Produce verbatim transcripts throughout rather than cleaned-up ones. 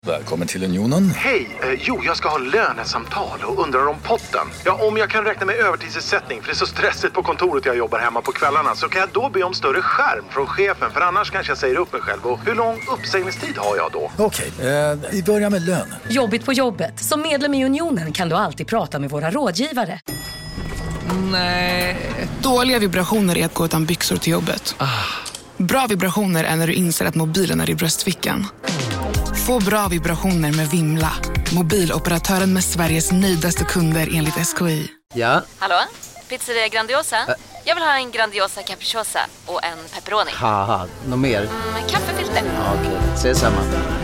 Välkommen till Unionen. Hej, eh, jo jag ska ha lönesamtal och undrar om potten. Ja, om jag kan räkna med övertidsersättning för det är så stressigt på kontoret jag jobbar hemma på kvällarna, så kan jag då be om större skärm från chefen, för annars kanske jag säger upp mig själv. Och hur lång uppsägningstid har jag då? Okej, eh, vi börjar med lön. Jobbigt på jobbet. Som medlem i Unionen kan du alltid prata med våra rådgivare. Nej. Dåliga vibrationer är att gå utan byxor till jobbet. Ah. Bra vibrationer är när du inser att mobilen är i bröstfickan. Få bra vibrationer med Vimla. Mobiloperatören med Sveriges nöjdaste kunder enligt S K I. Ja? Hallå? Pizzeria Grandiosa? Ä- Jag vill ha en Grandiosa capriciosa och en pepperoni. Haha, något mer? Mm, kaffefilter. Ja, okej, okay. Ses samma.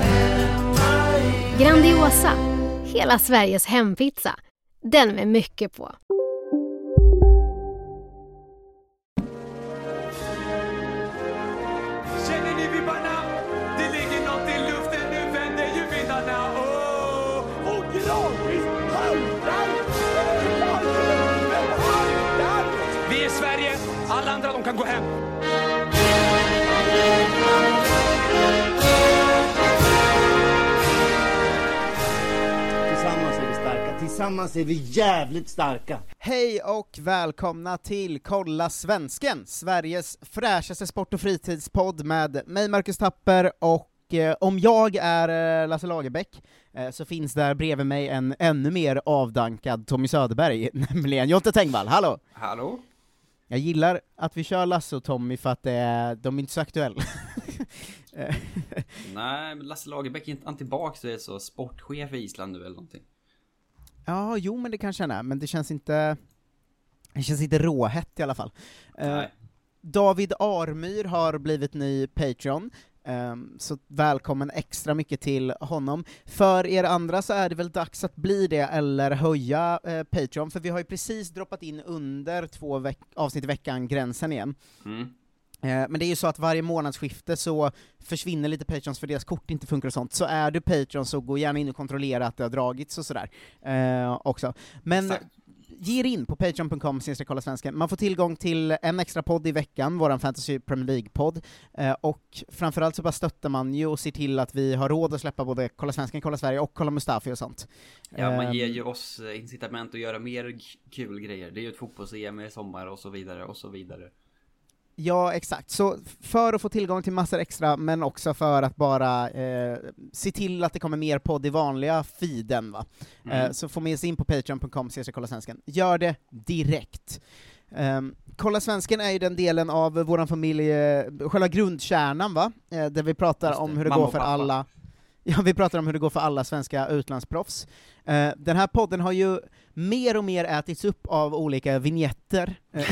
Grandiosa, hela Sveriges hempizza. Den med mycket på. Känner ni vibbarna? Det ligger något i luften, nu vänder ju vindarna. Åh, och gradvis haltar. Vi är Sverige, alla andra de kan gå hem. Tillsammans är vi starka, tillsammans är vi jävligt starka. Hej och välkomna till Kolla Svensken, Sveriges fräschaste sport- och fritidspodd med mig Marcus Tapper, och eh, om jag är eh, Lasse Lagerbäck eh, så finns där bredvid mig en ännu mer avdankad Tommy Söderberg, nämligen Jonte Tengvall. Hallå! Hallå! Jag gillar att vi kör Lasse och Tommy för att eh, de är inte så aktuella. Nej, men Lasse Lagerbäck är inte tillbaka, så är så sportchef i Island nu eller någonting. Ja, jo men det kanske är, men det känns inte det känns inte råhett i alla fall. Uh, David Armyr har blivit ny Patreon, um, så välkommen extra mycket till honom. För er andra så är det väl dags att bli det eller höja uh, Patreon, för vi har ju precis droppat in under två veck- avsnitt i veckan gränsen igen. Mm. Men det är ju så att varje månadsskifte så försvinner lite Patreons för deras kort inte funkar och sånt. Så är du Patreon så gå gärna in och kontrollera att det har dragits och sådär eh, också. Men Exakt. Ge er in på patreon punkt com slash kolla svensken. Man får tillgång till en extra podd i veckan, våran Fantasy Premier League-podd. Eh, och framförallt så bara stöttar man ju och ser till att vi har råd att släppa både Kolla Svensken, Kolla Sverige och Kolla Mustafi och sånt. Ja, man ger ju oss incitament att göra mer kul grejer. Det är ju ett fotbolls-E M i sommar och så vidare och så vidare. Ja, exakt. Så för att få tillgång till massor extra, men också för att bara eh, se till att det kommer mer podd i vanliga feeden, va? Mm. Eh, så får man sig in på patreon punkt com slash kolla svensken. Gör det direkt. Um, Kolla Svensken är ju den delen av våran familj, eh, själva grundkärnan, va? Eh, där vi pratar Just om det. hur det Mamma går för alla... Ja, vi pratar om hur det går för alla svenska utlandsproffs. Uh, den här podden har ju mer och mer ätits upp av olika vignetter.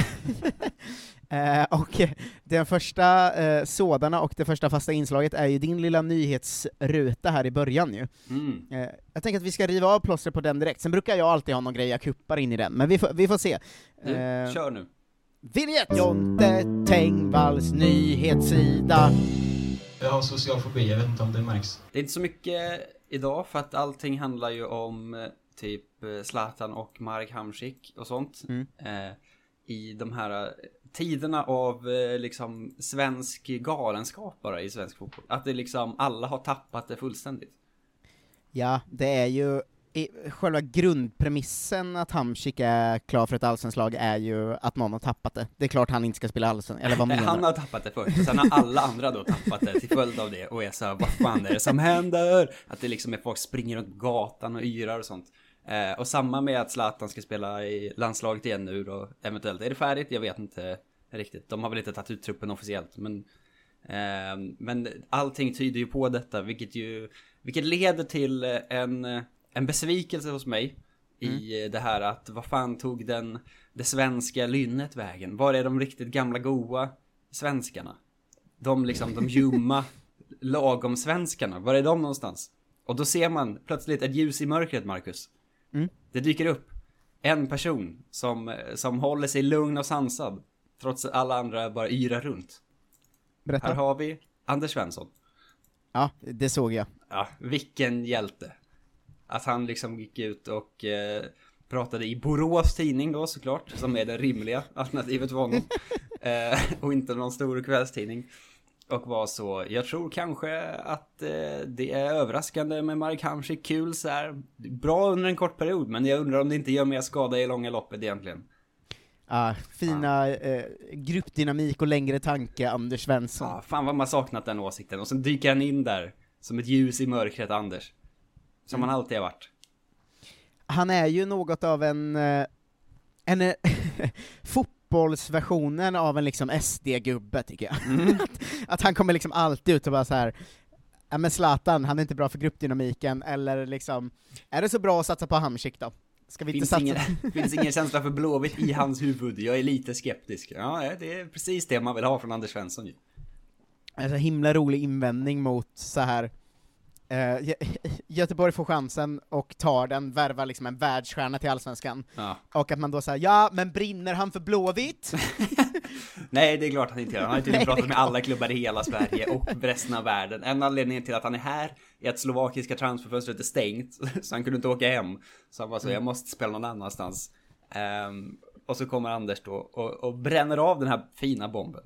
Uh, och den första uh, sådana och det första fasta inslaget är ju din lilla nyhetsruta här i början ju. Mm. Uh, jag tänker att vi ska riva av plåstret på den direkt. Sen brukar jag alltid ha någon grej jag kuppar in i den, men vi, får, vi får se. Uh, uh, kör nu. Vignett! Jonte Tengvalls nyhetssida. Jag har social fobi, jag vet inte om det märks. Det är inte så mycket idag för att allting handlar ju om typ Zlatan och Marek Hamšík och sånt. Mm. Uh, i de här tiderna av liksom svensk galenskap bara i svensk fotboll. Att det liksom alla har tappat det fullständigt. Ja, det är ju i själva grundpremissen att Hamšík är klar för ett allsvenskt lag är ju att någon har tappat det. Det är klart han inte ska spela allsvenskt, eller vad menar du? Han har tappat det först, sen har alla andra då tappat det till följd av det. Och jag sa, vad fan är det som händer? Att det liksom är folk springer runt gatan och yrar och sånt. Eh, och samma med att Zlatan ska spela i landslaget igen nu då, eventuellt. Är det färdigt? Jag vet inte riktigt. De har väl inte tagit ut truppen officiellt, men, eh, men allting tyder ju på detta, vilket ju vilket leder till en, en besvikelse hos mig mm. i det här att vad fan tog den det svenska lynnet vägen? Var är de riktigt gamla goa svenskarna? De liksom, de ljumma lagom svenskarna, var är de någonstans? Och då ser man plötsligt ett ljus i mörkret, Marcus. Mm. Det dyker upp en person som, som håller sig lugn och sansad trots att alla andra bara yrar runt. Berätta. Här har vi Anders Svensson. Ja, det såg jag. Ja, vilken hjälte. Att han liksom gick ut och eh, pratade i Borås tidning då såklart, som är det rimliga alternativet för honom. eh, och inte någon stor kvällstidning. Och var så, jag tror kanske att eh, det är överraskande med Marek Hamšík, kul så här. Bra under en kort period, men jag undrar om det inte gör mer skada i långa loppet egentligen. Ja, fina eh, gruppdynamik och längre tanke, Anders Svensson. Ja, fan vad man saknat den åsikten. Och sen dyker han in där som ett ljus i mörkret, Anders. Som mm. han alltid har varit. Han är ju något av en, eh, en eh, fotbollsversionen av en liksom S D-gubbe, tycker jag. Mm. att, att han kommer liksom alltid ut och bara så här. Ja, men Zlatan, han är inte bra för gruppdynamiken, eller liksom, är det så bra att satsa på Hamšík då? Ska vi finns, inte satsa? ingen, finns ingen känsla för Blåvitt i hans huvud. Jag är lite skeptisk. Ja, det är precis det man vill ha från Anders Svensson ju. Alltså himla rolig invändning mot så här. Uh, Göteborg får chansen och tar den, värvar liksom en världsstjärna till Allsvenskan. Ja. Och att man då säger, ja, men brinner han för Blåvitt? Nej, det är klart att han inte gör. Han har inte pratat med alla klubbar i hela Sverige och resten av världen. En anledning till att han är här är att slovakiska transferfönstret är stängt, så han kunde inte åka hem. Så han var så, mm. jag måste spela någon annanstans. Um, och så kommer Anders då och, och bränner av den här fina bomben.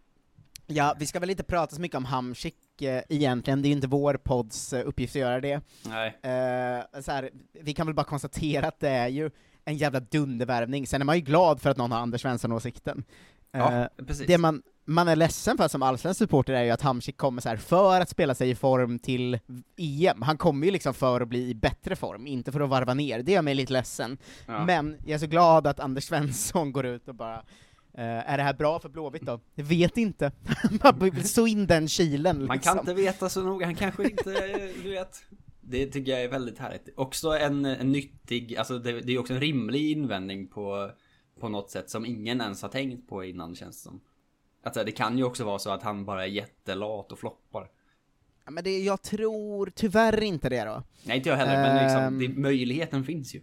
Ja, vi ska väl inte prata så mycket om Hamšík eh, egentligen, det är ju inte vår podds eh, uppgift att göra det. Nej. Eh, så här, vi kan väl bara konstatera att det är ju en jävla dundervärvning. Sen är man ju glad för att någon har Anders Svensson-åsikten. Ja, eh, precis. Det man, man är ledsen för som allsvensk supporter är ju att Hamšík kommer så här för att spela sig i form till E M. Han kommer ju liksom för att bli i bättre form, inte för att varva ner. Det gör mig lite ledsen. Ja. Men jag är så glad att Anders Svensson går ut och bara Uh, är det här bra för Blåvitt då? Jag vet inte. Man så in den kilen liksom. Man kan inte veta så noga. Han kanske inte, du vet. Det tycker jag är väldigt härligt. Också en, en nyttig, alltså det, det är också en rimlig invändning på, på något sätt som ingen ens har tänkt på innan, känns det som. Alltså det kan ju också vara så att han bara är jättelat och floppar. Ja, men det, jag tror tyvärr inte det då. Nej, inte jag heller, uh, men liksom, det, möjligheten finns ju.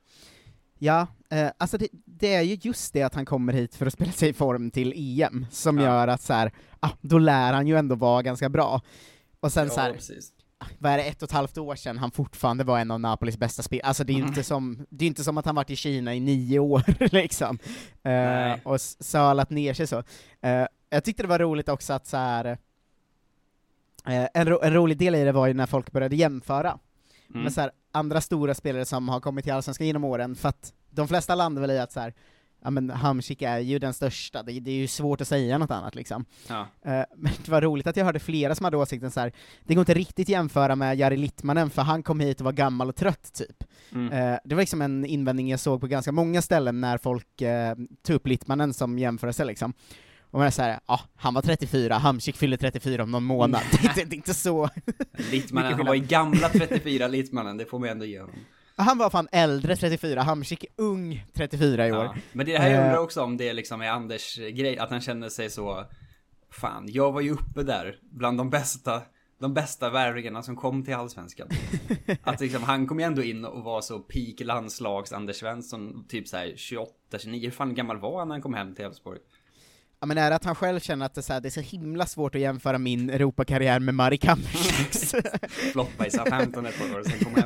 Ja, eh, alltså det, det är ju just det att han kommer hit för att spela sig i form till E M som ja. gör att så här, ah, då lär han ju ändå vara ganska bra. Och sen ja, så här, vad är det, ett och ett halvt år sedan han fortfarande var en av Napolis bästa spelare. Alltså det är ju mm. inte som, det är inte som att han varit i Kina i nio år liksom. Eh, och sölat ner sig så. Eh, jag tyckte det var roligt också att så här, eh, en, ro, en rolig del i det var ju när folk började jämföra. Mm. Men så här, andra stora spelare som har kommit till Allsvenskan genom åren, för att de flesta landar väl i att så här, ja men Hamšík är ju den största, det, det är ju svårt att säga något annat liksom. Ja. Uh, men det var roligt att jag hörde flera som hade åsikten så här, det går inte riktigt jämföra med Jari Littmanen för han kom hit och var gammal och trött typ. Mm. Uh, det var liksom en invändning jag såg på ganska många ställen när folk uh, tog upp Littmanen som jämförelse liksom. Och man är så här, ja, han var trettiofyra, Hamšík fyller trettiofyra om någon månad. det, det, det är inte så. Littmanen, han var i gamla trettiofyra, Littmanen, det får man ändå ge honom. Han var fan äldre trettiofyra, Hamšík är ung trettiofyra i år. Ja, men det här jag undrar också om det liksom är Anders grej, att han känner sig så, fan, jag var ju uppe där bland de bästa, de bästa värvningarna som kom till Allsvenskan. Att liksom, han kom ju ändå in och var så peak landslags Anders Svensson, typ så här tjugoåtta tjugonio, hur fan gammal var han när han kom hem till Elfsborg? Ja, men är det att han själv känner att det är så, här, det är så himla svårt att jämföra min Europakarriär med Marek Hamšík. Floppa i Southampton ett par år och sen kom hem.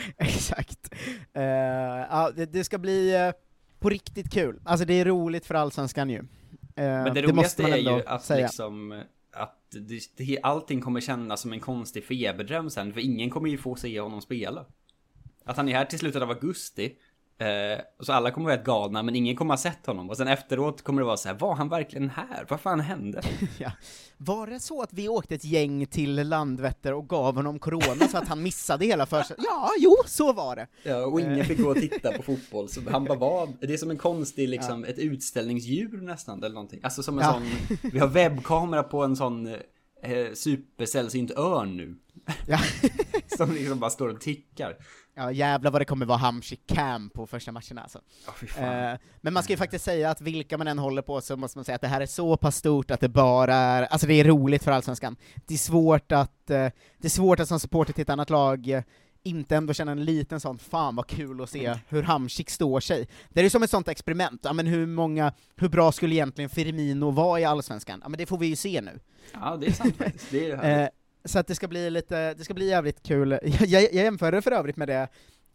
Exakt. Uh, ja, det, det ska bli uh, på riktigt kul. Alltså det är roligt för Allsvenskan ju. Uh, men det, det roligaste är ju att säga. liksom att det, det, allting kommer kännas som en konstig feberdröm sen, för ingen kommer ju få se honom spela. Att han är här till slutet av augusti. Uh, och så alla kommer vara helt galna, men ingen kommer ha sett honom. Och sen efteråt kommer det vara så här, var han verkligen här? Vad fan hände? Ja. Var det så att vi åkte ett gäng till Landvetter och gav honom corona så att han missade hela för sig? Ja, jo, så var det. Ja, och ingen fick gå och titta på fotboll. Så han bara var, det är som en konstig, liksom, ja. ett utställningsdjur nästan, eller någonting. Alltså som en ja. sån, vi har webbkamera på en sån eh, supersällsynt örn nu. Ja. Som liksom bara står och tickar. Ja, jävlar vad det kommer vara Hamšík Camp på första matchen alltså. Oh, uh, men man ska ju faktiskt säga att vilka man än håller på så måste man säga att det här är så pass stort att det bara är, alltså det är roligt för Allsvenskan. Det är svårt att, uh, det är svårt att som supporter till ett annat lag uh, inte ändå känna en liten sån, fan vad kul att se mm. hur Hamšík står sig. Det är ju som ett sånt experiment, ja men hur många, hur bra skulle egentligen Firmino vara i Allsvenskan? Ja men det får vi ju se nu. Ja, det är sant faktiskt. Det är uh, så att det ska bli lite, det ska bli jävligt kul. Jag, jag, jag jämförde för övrigt med det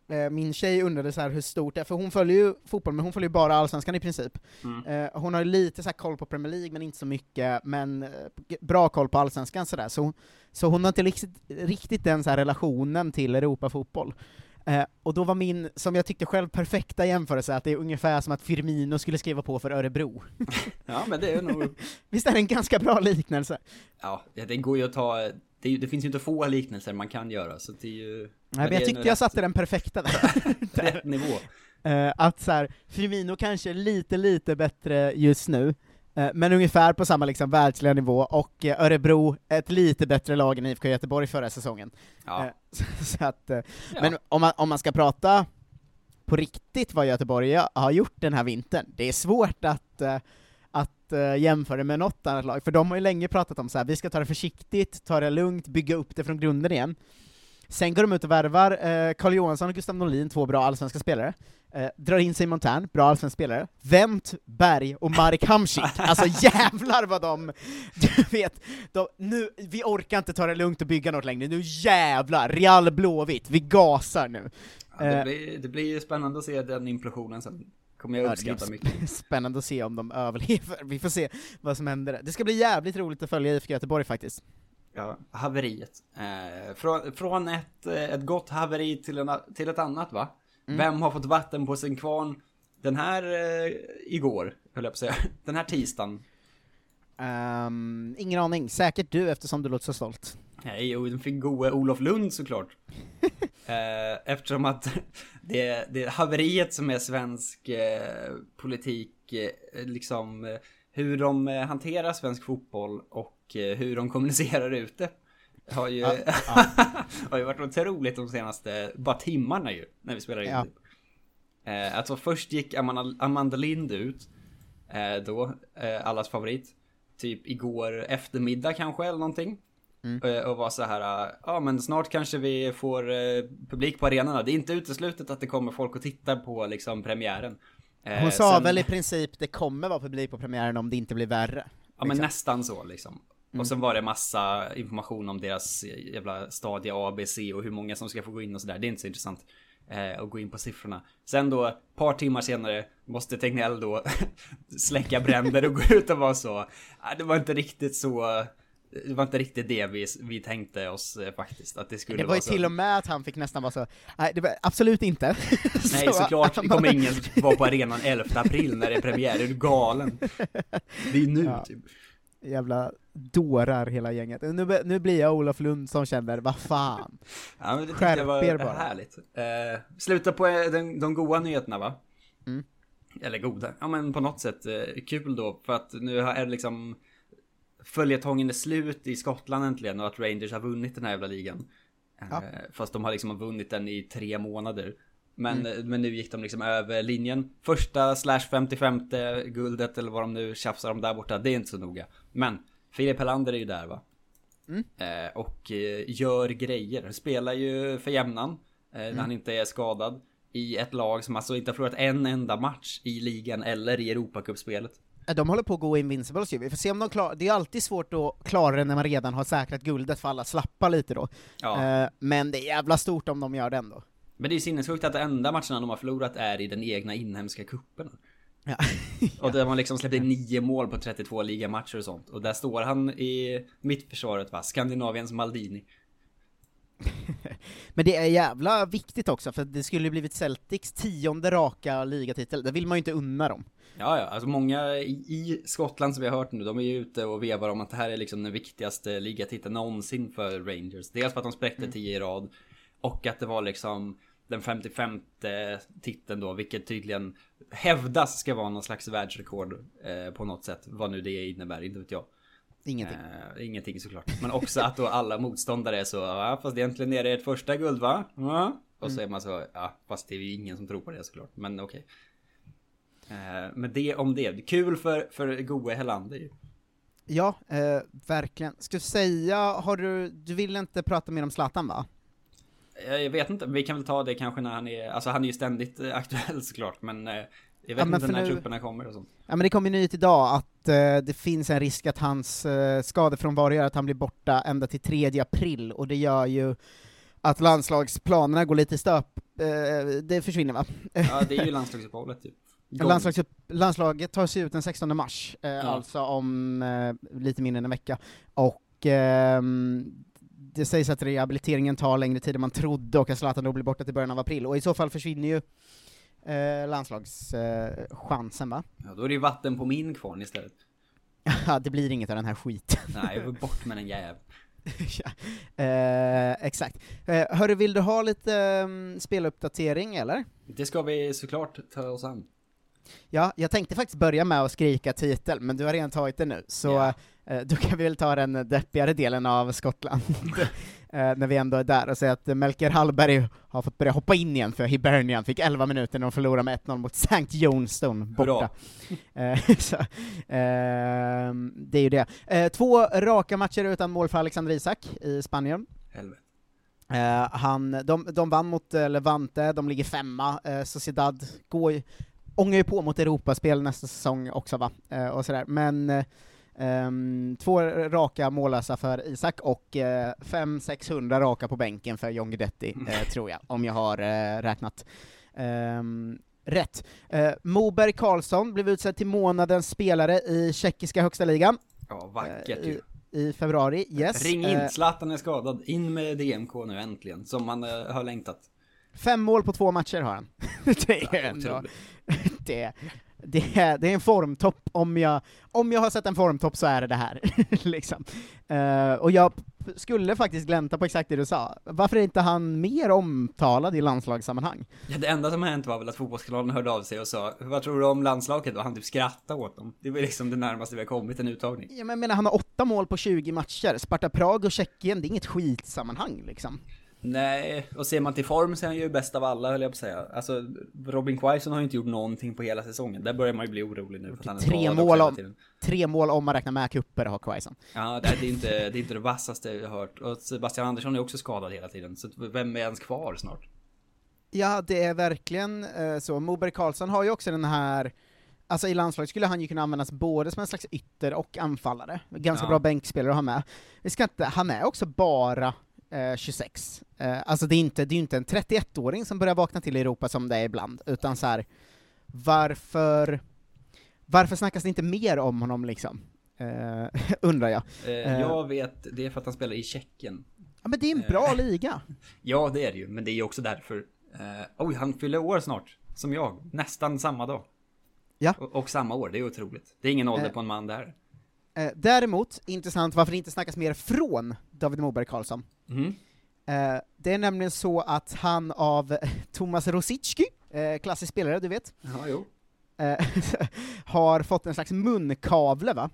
eh, min tjej undrade så här hur stort det är, för hon följer ju fotboll, men hon följer ju bara Allsvenskan i princip. Mm. Eh, hon har ju lite så här koll på Premier League, men inte så mycket, men eh, bra koll på Allsvenskan sådär, så, så hon har inte riktigt, riktigt den så här relationen till Europafotboll. Eh, och då var min, som jag tyckte själv, perfekta jämförelse att det är ungefär som att Firmino skulle skriva på för Örebro. Ja, men det är nog... Visst är det en ganska bra liknelse? Ja, det går ju att ta... Det, är, det finns ju inte få liknelser man kan göra, så det är ju... Nej, men men jag är tyckte jag rätt, satte den perfekta där. rätt nivå. Uh, att så här, Firmino kanske är lite, lite bättre just nu, uh, men ungefär på samma liksom världsliga nivå, och uh, Örebro ett lite bättre lag än I F K Göteborg förra säsongen. Ja. Uh, så, så att, uh, ja. Men om man, om man ska prata på riktigt vad Göteborg har gjort den här vintern, det är svårt att uh, att uh, jämföra med något annat lag, för de har ju länge pratat om så här: vi ska ta det försiktigt, ta det lugnt, bygga upp det från grunden igen. Sen går de ut och värvar uh, Carl Johansson och Gustav Norlin, två bra allsvenska spelare, uh, drar in Simon Tern, bra allsvenska spelare, Wendt, Berg och Marek Hamsik. Alltså jävlar vad de, du vet, de, nu, vi orkar inte ta det lugnt och bygga något längre, nu jävlar, Real Blåvitt, vi gasar nu. Ja, det, uh, blir, det blir spännande att se den implosionen sen. Kommer jag uppskatta ja, mycket. Spännande att se om de överlever. Vi får se vad som händer. Det ska bli jävligt roligt att följa I F K Göteborg faktiskt. Ja, haveriet. Eh, från, från ett, ett gott haveri till, en, till ett annat, va? Mm. Vem har fått vatten på sin kvarn den här eh, igår, höll jag på att säga. Den här tisdagen. Um, ingen aning. Säkert du, eftersom du låter så stolt. Nej, och den fick goe Olof Lund såklart. eh, eftersom att det, det haveriet som är svensk eh, politik, eh, liksom eh, hur de eh, hanterar svensk fotboll och eh, hur de kommunicerar ut det, har ju, ja, ja. har ju varit otroligt de senaste bara timmarna ju, när vi spelar in. Ja. Eh, alltså först gick Amanda, Amanda Lind ut, eh, då, eh, allas favorit, typ igår eftermiddag kanske eller någonting. Mm. Och var så här, ja men snart kanske vi får eh, publik på arenorna. Det är inte uteslutet att det kommer folk att titta på liksom premiären. Eh, Hon sa sen, väl i princip det kommer vara publik på premiären om det inte blir värre. Ja liksom. Men nästan så liksom. Mm. Och sen var det massa information om deras jävla stadie A, B, C och hur många som ska få gå in och sådär. Det är inte så intressant eh, att gå in på siffrorna. Sen då, ett par timmar senare måste Tegnell då släcka bränder och gå ut och vara så. Det var inte riktigt så... Det var inte riktigt det vi, vi tänkte oss eh, faktiskt att det skulle vara. Det var ju så... till och med att han fick nästan vara så. Nej, det var absolut inte. Nej, så, såklart det kommer ingen vara på arenan elfte april när det är premiär. Är du galen? Det är nu ja. Typ. Jävla dårar hela gänget. Nu, nu blir jag Olof Lund som känner, vad fan. Ja, men det tyckte jag var bara. Härligt. Eh, sluta på den, de goda nyheterna, va? Mm. Eller goda. Ja, men på något sätt eh, kul då. För att nu är det liksom följetongen är slut i Skottland äntligen, och att Rangers har vunnit den här jävla ligan. Ja. Eh, fast de har liksom vunnit den i tre månader. Men, mm. men nu gick de liksom över linjen. Första slash femtiofemte guldet, eller vad de nu tjafsar om där borta, det är inte så noga. Men Filip Helander är ju där, va? Mm. Eh, och eh, gör grejer. Spelar ju för jämnan eh, mm. när han inte är skadad. I ett lag som alltså inte har förlorat en enda match i ligan eller i Europacupspelet. De håller på att gå Invincibles ju. Vi får se om de klarar. Det är alltid svårt att klara det när man redan har säkrat guldet, för alla slappar lite då. Ja. Eh, men det är jävla stort om de gör det ändå. Men det är ju sinnessjukt att de enda matcherna de har förlorat är i den egna inhemska kuppen. Ja. Och där man liksom släppte nio mål på trettiotvå ligamatcher och sånt. Och där står han i mittförsvaret, va? Skandinaviens Maldini. Men det är jävla viktigt också, för det skulle blivit Celtics tionde raka ligatitel. Det vill man ju inte unna dem. Ja, ja, alltså många i, i Skottland som vi har hört nu, de är ju ute och vevar om att det här är liksom den viktigaste ligatiteln någonsin för Rangers. Dels för att de spräckte mm. tio i rad, och att det var liksom den femtiofemte titeln då, vilket tydligen hävdas ska vara någon slags världsrekord eh, på något sätt. Vad nu det innebär, inte vet jag. Ingenting. Eh, ingenting såklart. Men också att då alla motståndare är så, ja, fast egentligen är det ett första guld, va? Ja. Och så är man så, ja, fast det är ju ingen som tror på det såklart. Men okej. Eh, men det om det. Kul för, för Goe Helander ju. Ja, eh, verkligen. Ska du säga, har du, du vill inte prata mer om Zlatan, va? Jag vet inte, vi kan väl ta det kanske när han är, alltså han är ju ständigt aktuell såklart, men eh, jag vet ja, inte när nu, trupperna kommer och sånt. Ja, men det kommer ju nytt idag att eh, det finns en risk att hans eh, skadefrånvaro gör att han blir borta ända till tredje april, och det gör ju att landslagsplanerna går lite i stöp eh, det försvinner va? Ja, det är ju landslagsuppehållet typ. Landslags, landslaget tar sig ut den sextonde mars, eh, ja. alltså om eh, lite mindre än en vecka. Och eh, det sägs att rehabiliteringen tar längre tid än man trodde och att Zlatan då blir borta till början av april. Och i så fall försvinner ju eh, landslagschansen eh, va? Ja, då är det ju vatten på min kvarn istället. Ja, det blir inget av den här skiten. Nej, jag bort med den jäv. Ja, eh, exakt. Eh, hörru, vill du ha lite eh, speluppdatering eller? Det ska vi såklart ta oss an. Ja, jag tänkte faktiskt börja med att skrika titel, men du har redan tagit det nu, så yeah. eh, då kan vi väl ta den deppigare delen av Skottland eh, när vi ändå är där och säga att Melker Hallberg har fått börja hoppa in igen för Hibernian fick elva minuter när de förlorade med ett noll mot Sankt Johnstone borta. eh, så, eh, det är ju det. Eh, två raka matcher utan mål för Alexander Isak i Spanien. Helvete. Eh, han, de, de vann mot eh, Levante, de ligger femma, eh, Sociedad går ju ångar ju på mot Europaspel nästa säsong också va, eh, och sådär, men eh, um, två raka mållösa för Isak och eh, fem sexhundra raka på bänken för John Guidetti, eh, tror jag, om jag har eh, räknat um, rätt. Eh, Moberg Karlsson blev utsedd till månadens spelare i tjeckiska högsta ligan. Ja, vackert eh, ju. I februari, yes. Ring in, Zlatan är skadad, in med D M K nu äntligen, som man eh, har längtat. Fem mål på två matcher har han. Det är ändå, det, det, är, det är en formtopp, om jag, om jag har sett en formtopp så är det det här. liksom. uh, och jag skulle faktiskt glänta på exakt det du sa. Varför är inte han mer omtalad i landslagssammanhang? Ja, det enda som hänt var väl att fotbollskanalen hörde av sig och sa, vad tror du om landslaget? Och han typ skrattade åt dem. Det var liksom det närmaste vi har kommit en uttagning. Ja, men jag menar, han har åtta mål på tjugo matcher. Sparta Prag och Tjeckien, det är inget skitsammanhang liksom. Nej, och ser man till form så är han ju bäst av alla, höll jag på att säga. Alltså, Robin Quaison har ju inte gjort någonting på hela säsongen. Där börjar man ju bli orolig nu. För att han är tre, mål om, tre mål om man räknar med kupper har Quaison. Ja, det är, det, är inte, det är inte det vassaste jag har hört. Och Sebastian Andersson är också skadad hela tiden. Så vem är ens kvar snart? Ja, det är verkligen eh, så. Moberg Karlsson har ju också den här... Alltså i landslaget skulle han ju kunna användas både som en slags ytter och anfallare. Ganska ja. bra bänkspelare att ha med. Vi ska inte, han är också bara... Eh, tjugosex. Eh, alltså det är inte det är inte en trettioettåring som börjar vakna till i Europa som det är ibland, utan så här, varför varför snackas det inte mer om honom liksom? Eh, undrar jag. Eh, jag vet, det är för att han spelar i Tjeckien. Ja, men det är en bra eh, liga. Ja, det är det ju, men det är ju också därför. Eh, oj, han fyller år snart, som jag, nästan samma dag. Ja. Och, och samma år, det är otroligt. Det är ingen ålder eh. på en man där. Eh, däremot, intressant varför det inte snackas mer från David Moberg Karlsson. Mm. Eh, det är nämligen så att han av Thomas Rosicki, eh, klassisk spelare, du vet, ja, jo. Eh, har fått en slags munkavle, va?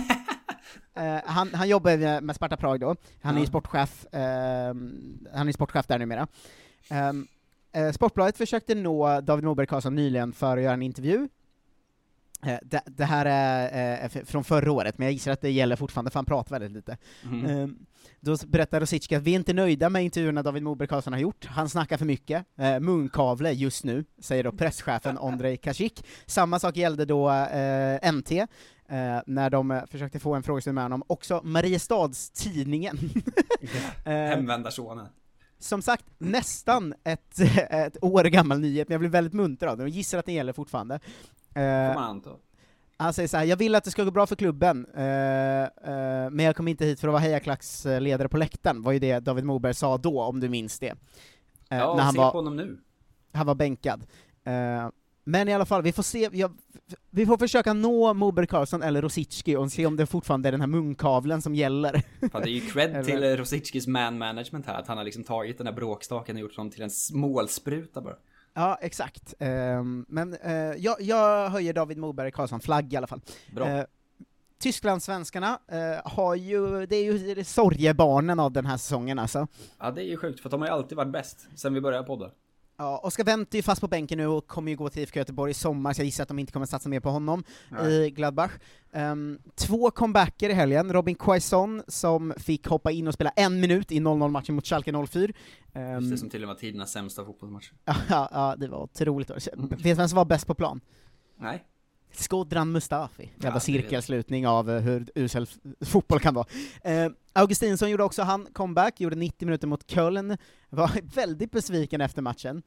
eh, han, han jobbar med Sparta Prag då, han ja. är ju sportchef, eh, han är sportchef där numera. Eh, eh, Sportbladet försökte nå David Moberg Karlsson nyligen för att göra en intervju. Det, det här är eh, från förra året, men jag gissar att det gäller fortfarande, för han pratar väldigt lite. Mm. Eh, då berättar Rosicki att vi är inte nöjda med intervjuerna David Moberg Karlsson har gjort. Han snackar för mycket. Eh, munkavle just nu, säger då presschefen Ondrej Kasik. Samma sak gällde då eh, M T, eh, när de försökte få en frågestund med honom. Också Mariestads-tidningen. eh, Hemvändarsonen. Som sagt, nästan ett, ett år gammal nyhet, men jag blev väldigt munter av det och gissar att det gäller fortfarande. Får man anta. Han säger så här: jag vill att det ska gå bra för klubben, uh, uh, men jag kom inte hit för att vara hejaklacksledare på läktaren, var ju det David Moberg sa då, om du minns det. Uh, ja, när han se var, på honom nu. Han var bänkad. Uh, men i alla fall, vi får se, jag, vi får försöka nå Moberg Karlsson eller Rosicki och se om det fortfarande är den här munkavlen som gäller. Fan, det är ju cred till Rosickis man management här, att han har liksom tagit den här bråkstaken och gjort honom till en målspruta bara. Ja, exakt. Um, men uh, jag, jag höjer David Moberg Karlsson flagg i alla fall. Bra. Uh, Tysklandssvenskarna uh, har ju, det är ju sorgebarnen av den här säsongen alltså. Ja, det är ju sjukt, för de har ju alltid varit bäst sen vi började podda. Ja, Oskar Wendt är ju fast på bänken nu och kommer ju gå till I F K Göteborg i sommar, så jag gissar att de inte kommer satsa mer på honom. Nej. I Gladbach. Um, två comebacker i helgen. Robin Quaison som fick hoppa in och spela en minut i noll noll-matchen mot Schalke noll fyra. Um, Just det, som till och med var tidernas sämsta fotbollsmatch. Ja, ja, det var otroligt. Vet du vem som var bäst på plan? Nej. Skodran Mustafi, jävla Ja, cirkelslutning av uh, hur usel f- fotboll kan vara. Uh, Augustinsson gjorde också han comeback, gjorde nittio minuter mot Köln, var väldigt besviken efter matchen.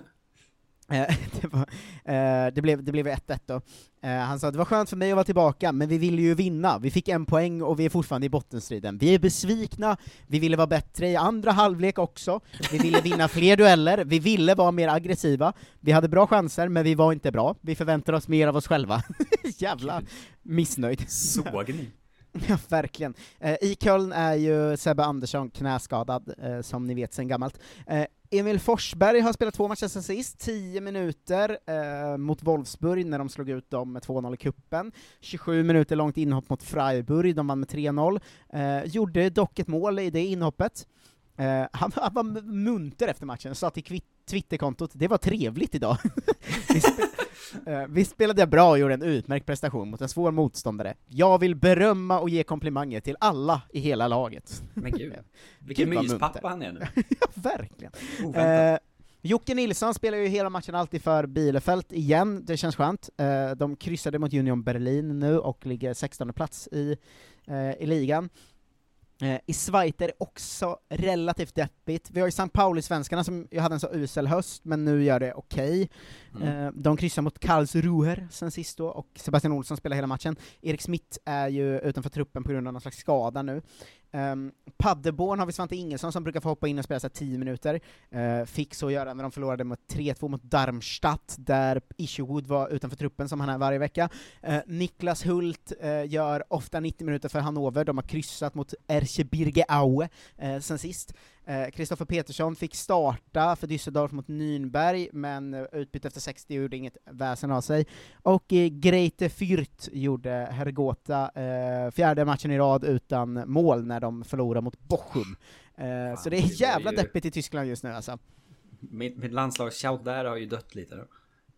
Uh, det, var, uh, det, blev, det blev ett ett då. Uh, han sa att det var skönt för mig att vara tillbaka, men vi ville ju vinna. Vi fick en poäng och vi är fortfarande i bottenstriden. Vi är besvikna, vi ville vara bättre i andra halvlek också. Vi ville vinna fler dueller, vi ville vara mer aggressiva. Vi hade bra chanser, men vi var inte bra. Vi förväntar oss mer av oss själva. Jävla missnöjd. Sågning. Ja, verkligen. Eh, I Köln är ju Sebbe Andersson knäskadad, eh, som ni vet sedan gammalt. Eh, Emil Forsberg har spelat två matcher sen sist, tio minuter eh, mot Wolfsburg när de slog ut dem med två noll i kuppen. tjugosju minuter långt inhopp mot Freiburg, de vann med tre noll. Eh, gjorde dock ett mål i det inhoppet. Eh, han, han var munter efter matchen, sa till kvitt Twitterkontot, det var trevligt idag. vi, spe uh, vi spelade bra och gjorde en utmärkt prestation mot en svår motståndare. Jag vill berömma och ge komplimanger till alla i hela laget. Men gud, vilken myspappa han är nu. Ja, verkligen. Uh, Jocke Nilsson spelar ju hela matchen alltid för Bielefeld igen, det känns skönt. Uh, de kryssade mot Union Berlin nu och ligger sextonde plats i, uh, i ligan. Eh, I Schweiz är också relativt deppigt. Vi har ju Sankt Pauli-svenskarna som ju hade en så usel höst, men nu gör det okej. Okay. Mm. Eh, de kryssar mot Karlsruher sen sist då, och Sebastian Olsson spelar hela matchen. Erik Smith är ju utanför truppen på grund av någon slags skada nu. Um, Paderborn har vi Svante Ingesson som brukar få hoppa in och spela så här tio minuter. Uh, fick så göra när de förlorade med tre två mot Darmstadt, där Isherwood var utanför truppen som han är varje vecka. Uh, Niklas Hult uh, gör ofta nittio minuter för Hannover. De har kryssat mot Erzgebirge Aue uh, sen sist. Kristoffer uh, Petersson fick starta för Düsseldorf mot Nürnberg, men uh, utbyte efter sextio gjorde inget väsen av sig. Och uh, Greite Fürth gjorde Hergotha uh, fjärde matchen i rad utan mål när de förlorar mot Bochum. Uh, så det är jävla ju deppigt i Tyskland just nu alltså. Mitt, mitt landslags-shout där har ju dött lite då.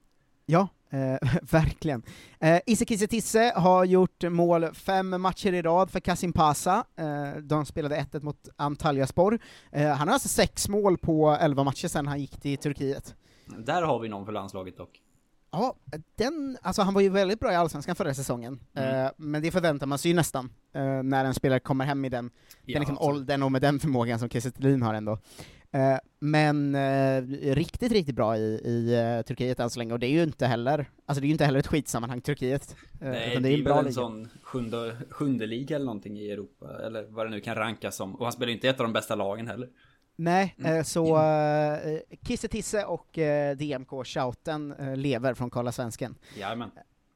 Ja, eh, verkligen. Eh, Isse Kisse Tisse har gjort mål fem matcher i rad för Kasimpasa. Eh, de spelade ett ett mot Antalyaspor. Eh, han har alltså sex mål på elva matcher sedan han gick till Turkiet. Där har vi någon för landslaget dock. Ja, den, alltså han var ju väldigt bra i Allsvenskan förra säsongen. Mm. Eh, men det förväntar man sig ju nästan eh, när en spelare kommer hem i den, ja, den liksom åldern och med den förmågan som Kiese Thelin har ändå. Uh, men uh, riktigt, riktigt bra i, i uh, Turkiet än så länge, och det är ju inte heller, alltså det är ju inte heller ett skitsammanhang Turkiet. Uh, Nej, utan det är är en bra väl en liga. sån sjunde, sjunde liga eller någonting i Europa, eller vad det nu kan rankas som, och han spelar ju inte ett av de bästa lagen heller. Nej, Mm. uh, så uh, Kiese Tisse och uh, D M K-shouten uh, lever från Karla Svensken. Jajamän.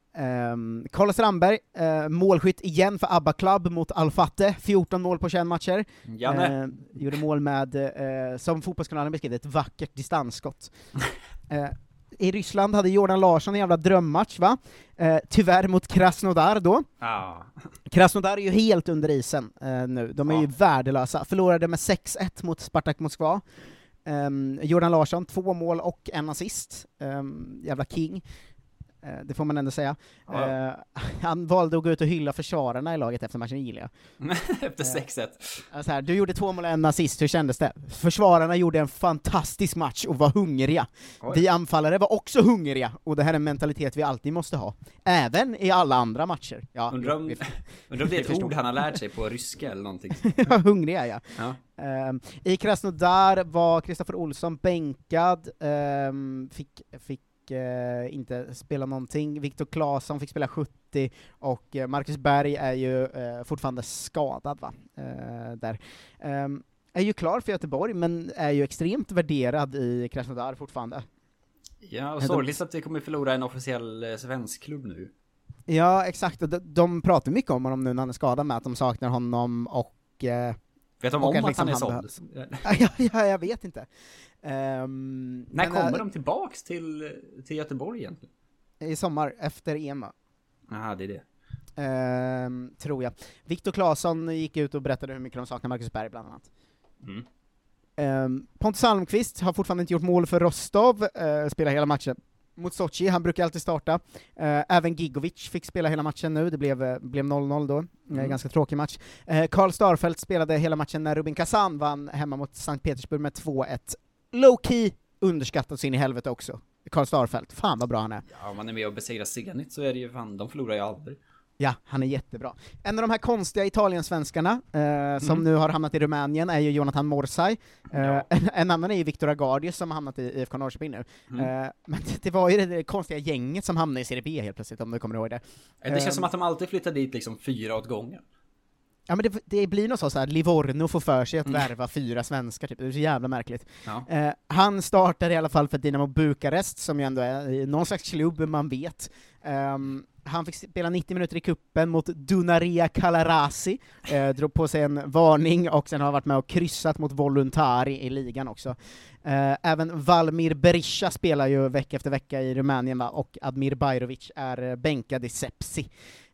Um, Karl Strandberg, uh, målskytt igen för ABBA Club mot Al-Fateh, fjorton mål på tjugoett matcher. Uh, gjorde mål med, uh, som Fotbollskanalen beskrev, ett vackert distansskott. uh, I Ryssland hade Jordan Larsson en jävla drömmatch, va? Uh, tyvärr mot Krasnodar då. Ah. Krasnodar är ju helt under isen uh, nu, de är ah. ju värdelösa. Förlorade med sex ett mot Spartak Moskva. Um, Jordan Larsson, två mål och en assist. Um, jävla king. Det får man ändå säga. Ja. Uh, han valde att gå ut och hylla försvararna i laget efter matchen, gillar jag. Efter sex ett. Uh, alltså här, du gjorde två mål och en assist, hur kändes det? Försvararna gjorde en fantastisk match och var hungriga. Oj. Vi anfallare var också hungriga, och det här är en mentalitet vi alltid måste ha. Även i alla andra matcher. Ja, undrar om, vi, undrar om det är ett ord han har lärt sig på ryska eller någonting. Ja, hungriga, ja. ja. Uh, I Krasnodar var Kristoffer Olsson bänkad, uh, fick, fick Uh, inte spela någonting. Viktor Claesson fick spela sjuttio, och uh, Marcus Berg är ju uh, fortfarande skadad, va? Uh, där. Um, är ju klar för Göteborg, men är ju extremt värderad i Krasnodar fortfarande. Ja, och sorgligt att vi kommer förlora en officiell uh, svensk klubb nu. Ja, exakt. De, de pratar mycket om honom nu när han är skadad, med att de saknar honom, och uh, vet de om att, liksom han är såld? ja, ja, jag vet inte. Um, När kommer uh, de tillbaks till, till Göteborg egentligen? I sommar, efter E M A. Jaha, det är det. Uh, tror jag. Viktor Claesson gick ut och berättade hur mycket de saknar Marcus Berg, bland annat. Mm. Uh, Pontus Almqvist har fortfarande inte gjort mål för Rostov, uh, spelar hela matchen mot Sochi, han brukar alltid starta. Uh, även Gigovic fick spela hela matchen nu, det blev, uh, blev noll noll då, mm. uh, ganska tråkig match. Uh, Karl Starfelt spelade hela matchen när Rubin Kazan vann hemma mot Sankt Petersburg med två ett. Low-key underskattat sin i helvete också. Karl Starfelt. Fan vad bra han är. Ja, om man är med och besegrar Zenit så är det ju fan, de förlorar ju aldrig. Ja, han är jättebra. En av de här konstiga italiensvenskarna eh, som mm. nu har hamnat i Rumänien är ju Jonathan Morsay. Eh, ja. en, en annan är ju Viktor Agardius som har hamnat i I F K Norrköping nu. Mm. Eh, men det, det var ju det, det konstiga gänget som hamnade i Serie B helt plötsligt, om du kommer ihåg det. Det känns eh, som att de alltid flyttar dit liksom fyra åt gången. Ja, men det, det blir något så, så här, Livorno får för sig att mm. värva fyra svenskar, typ. Det är så jävla märkligt. Ja. Eh, han startar i alla fall för Dinamo Bukarest, som ju ändå är någon slags klubb man vet. Um, han fick spela nittio minuter i kuppen mot Dunaria Calarasi, eh, drog på sig en varning och sen har varit med och kryssat mot Voluntari i ligan också. Eh, även Valmir Berisha spelar ju vecka efter vecka i Rumänien, va? Och Admir Bajrovic är bänkad i Sepsi.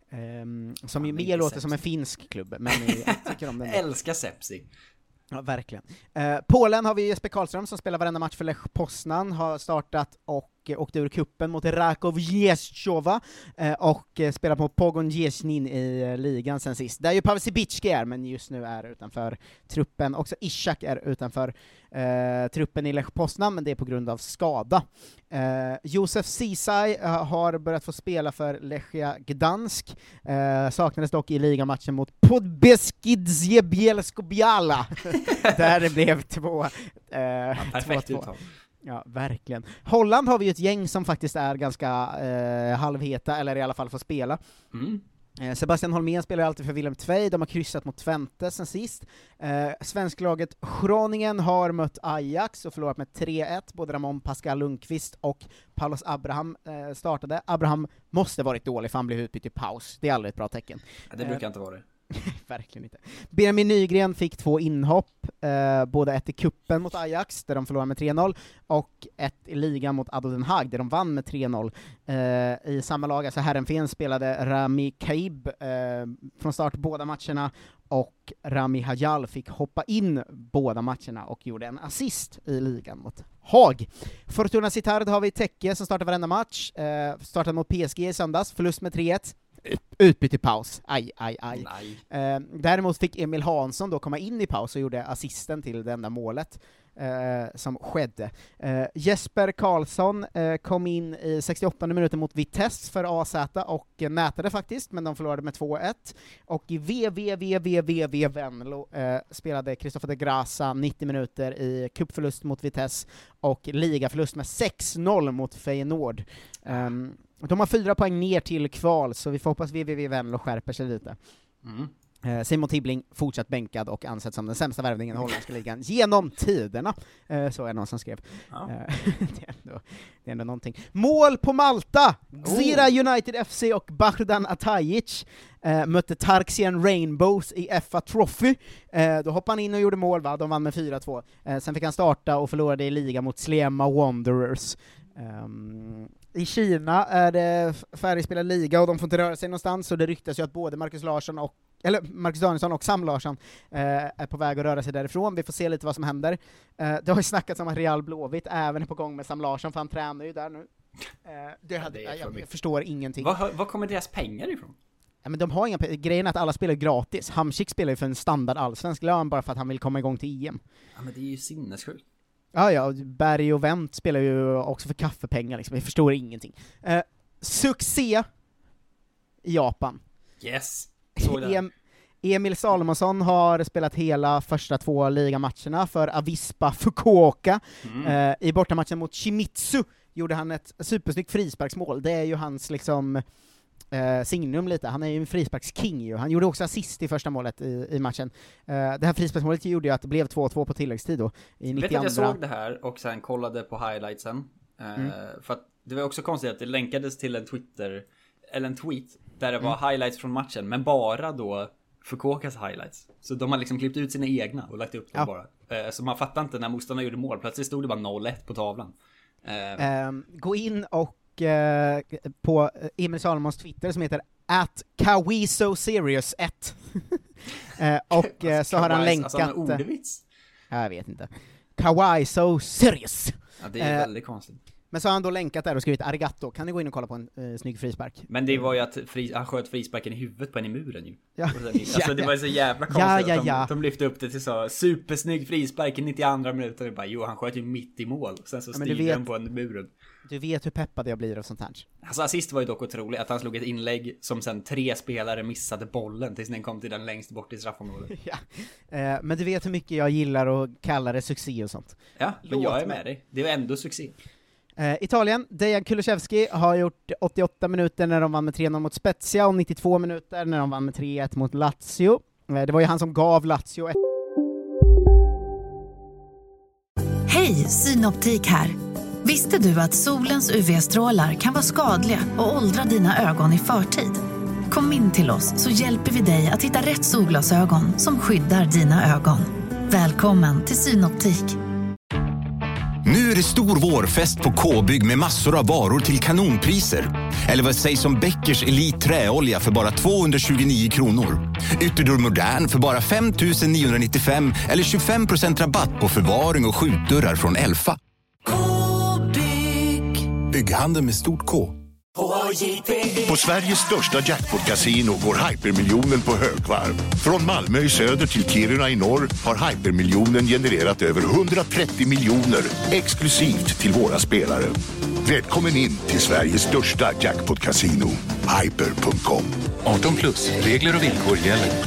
Um, som ju mer låter Sepsi som en finsk klubb, men jag tycker om den. Älskar Sepsi. Ja, verkligen. Uh, Polen har vi Jesper Karlström som spelar varenda match för Lech Poznan, har startat och uh, åkte ur kuppen mot Raków Jeszczova uh, och uh, spelar på Pogon Jesnin i uh, ligan sen sist. Där ju Pavel Sibicki är, men just nu är utanför truppen. Också Ishak är utanför uh, truppen i Lech Poznan, men det är på grund av skada. Uh, Josef Ceesay uh, har börjat få spela för Lechia Gdansk, uh, saknades dock i ligamatchen mot Podbeskidzie Bielsko-Biala där det blev två. Uh, ja, perfekt två, två. Ja, verkligen. Holland har vi ju ett gäng som faktiskt är ganska uh, halvheta, eller i alla fall får spela. Mm. Sebastian Holmén spelar alltid för Willem Tvei, de har kryssat mot Twente sen sist. Eh, svensklaget Groningen har mött Ajax och förlorat med tre ett, både Ramon Pascal Lundqvist och Paulus Abraham eh, startade. Abraham måste varit dålig för han blev utbytt i paus, det är aldrig ett bra tecken. Ja, det brukar eh, inte vara det. Verkligen inte. Benjamin Nygren fick två inhopp, eh, både ett i kuppen mot Ajax där de förlorade med tre noll och ett i ligan mot Ado Den Haag där de vann med tre noll. Eh, I samma lag, alltså Herrenfen spelade Rami Kaib eh, från start båda matcherna och Rami Hajal fick hoppa in båda matcherna och gjorde en assist i ligan mot Haag. Fortuna Sittard har vi Tekke som startar varenda match, eh, startade mot P S G i söndags, förlust med tre ett. Utbyte i paus. Aj, aj, aj. Eh, däremot fick Emil Hansson då komma in i paus och gjorde assisten till det enda målet eh, som skedde. Eh, Jesper Karlsson eh, kom in i sextioåttonde minuten mot Vitesse för A Z och eh, nätade faktiskt, men de förlorade med två ett. Och i V V V V V V Venlo eh, spelade Christopher de Grasa nittio minuter i cupförlust mot Vitesse och ligaförlust med sex noll mot Feyenoord. Um, De har fyra poäng ner till kval, så vi får hoppas V V V Venlo skärper sig lite. Mm. Eh, Simon Tibbling fortsatt bänkad och ansett som den sämsta värvningen i holländska ligan genom tiderna. Eh, så är någon som skrev. Ja. Eh, det, är ändå, det är ändå någonting. Mål på Malta! Gzira oh. United F C och Bahdan Atajic eh, mötte Tarksian Rainbows i F A Trophy. Eh, då hoppade han in och gjorde mål, va? De vann med fyra två. Eh, sen fick han starta och förlorade i liga mot Slema Wanderers. Um, I Kina är det färdigspelad liga och de får inte röra sig någonstans, så det ryktas ju att både Marcus Larsson och eller Marcus Danielsson och Sam Larsson eh, är på väg att röra sig därifrån. Vi får se lite vad som händer. Eh, det har ju snackats om att Real Blåvitt även är på gång med Sam Larsson, för han tränar ju där nu. Eh, det hade, ja, det jag, jag förstår ingenting. Vad, vad kommer deras pengar ifrån? Ja, men de har inga pe- grejen är att alla spelar gratis. Hamsik spelar ju för en standard allsvensk lön bara för att han vill komma igång till E M. Ja, men det är ju sinnessjukt. Ja, ja, Berg och Wendt spelar ju också för kaffepengar liksom. Jag förstår ingenting. Eh, succé i Japan. Yes. Em- Emil Salomonsson har spelat hela första två ligamatcherna för Avispa Fukuoka. Mm. Eh, I bortamatchen mot Shimizu gjorde han ett supersnyggt frisparksmål. Det är ju hans liksom eh, signum lite. Han är ju en frisparksking ju. Han gjorde också assist i första målet i, i matchen. Eh, det här frisparksmålet gjorde ju att det blev två två på tilläggstid då. I nittioandra. Vet att jag såg det här och sen kollade på highlightsen. Eh, mm. För att det var också konstigt att det länkades till en Twitter eller en tweet där det var mm. highlights från matchen, men bara då Fukuokas highlights. Så de har liksom klippt ut sina egna och lagt upp dem ja. bara. Eh, så man fattar inte när motståndarna gjorde mål. Plötsligt stod det bara noll ett på tavlan. Eh. Um, gå in och uh, på Emil Salomons Twitter som heter at Kawiso Serious ett. uh, och uh, så har han länkat... Alltså ordvits? Jag vet inte. Kawiso Serious. Ja, det är uh, väldigt konstigt. Men så har han då länkat där och skrivit arigato. Kan ni gå in och kolla på en uh, snygg frispark? Men det var ju att fri, han sköt frisparken i huvudet på en i muren ju. Ja. Alltså det var så jävla konstigt ja, ja, ja. att de, de lyfte upp det till så supersnygg frispark i nittioandra minuten och bara, jo han sköt ju mitt i mål. Sen så ja, styrde vet, den på en muren. Du vet hur peppad jag blir av sånt här. Alltså assist var ju dock otroligt att han slog ett inlägg som sen tre spelare missade bollen tills den kom till den längst bort i straffområdet. Ja. Eh, men du vet hur mycket jag gillar att kalla det succé och sånt. Ja, men Låt jag är med mig. dig. Det är ändå succé. Eh, Italien, Dejan Kulusevski har gjort åttioåtta minuter när de vann med tre noll mot Spezia och nittiotvå minuter när de vann med tre ett mot Lazio. Eh, det var ju han som gav Lazio ett... Hej, Synoptik här. Visste du att solens U V-strålar kan vara skadliga och åldra dina ögon i förtid? Kom in till oss så hjälper vi dig att hitta rätt solglasögon som skyddar dina ögon. Välkommen till Synoptik. Nu är det stor vårfest på K-bygg med massor av varor till kanonpriser. Eller vad sägs om Bäckers Elite träolja för bara tvåhundratjugonio kronor. Ytterdörr Modern för bara fem tusen niohundranittiofem eller tjugofem procent rabatt på förvaring och skjutdörrar från Elfa. K-bygg. Bygghandel med stort K. På Sveriges största jackpot-casino går hypermiljonen på högvarv. Från Malmö i söder till Kiruna i norr har hypermiljonen genererat över hundratrettio miljoner exklusivt till våra spelare. Välkommen in till Sveriges största jackpot-casino, hyper punkt com. arton plus, regler och villkor gäller.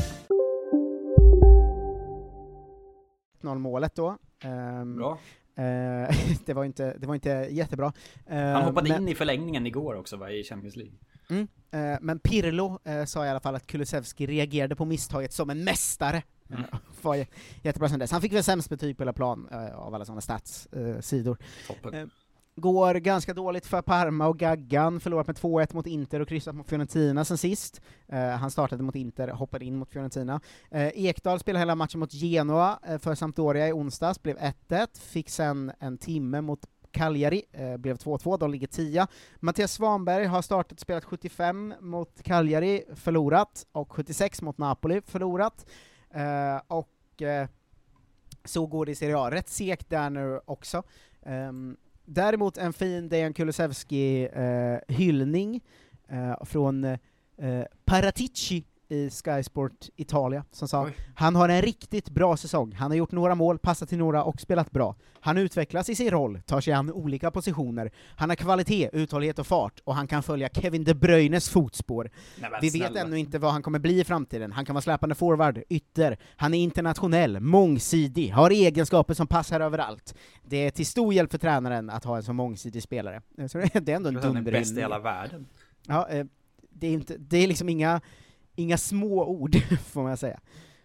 noll-målet då. Um, Bra. Uh, det var inte det var inte jättebra. Uh, Han hoppade men, in i förlängningen igår också va, i Champions League. Mm, uh, men Pirlo uh, sa i alla fall att Kulusevski reagerade på misstaget som en mästare. Mm. Uh, var jättebra sen dess. Han fick väl sämst betyg på hela plan uh, av alla sådana stats-sidor. Uh, uh, går ganska dåligt för Parma och Gaggan, förlorat med två ett mot Inter och kryssat mot Fiorentina sen sist. Uh, han startade mot Inter, hoppade in mot Fiorentina. Uh, Ekdal spelade hela matchen mot Genoa uh, för Sampdoria i onsdags, blev ett ett, fick sen en timme mot Cagliari, uh, blev två två, de ligger tio. Mattias Svanberg har startat och spelat sjuttiofem mot Cagliari, förlorat, och sjuttiosex mot Napoli, förlorat. Uh, och uh, så går det i Serie A. Rätt segt där nu också. Um, Däremot en fin Dejan Kulusevski-hyllning eh, eh, från eh, Paratici i Sky Sport Italia som sa: Oj. Han har en riktigt bra säsong. Han har gjort några mål, passat till några och spelat bra. Han utvecklas i sin roll, tar sig an olika positioner. Han har kvalitet, uthållighet och fart och han kan följa Kevin De Bruynes fotspår. Nej, Vi vet snälla. ännu inte vad han kommer bli i framtiden. Han kan vara släpande forward, ytter. Han är internationell, mångsidig, har egenskaper som passar överallt. Det är till stor hjälp för tränaren att ha en så mångsidig spelare. Så det är ändå en dunderhyllning. Han är bäst i hela världen. Ja, eh, det är inte det är liksom inga Inga små ord, får man säga.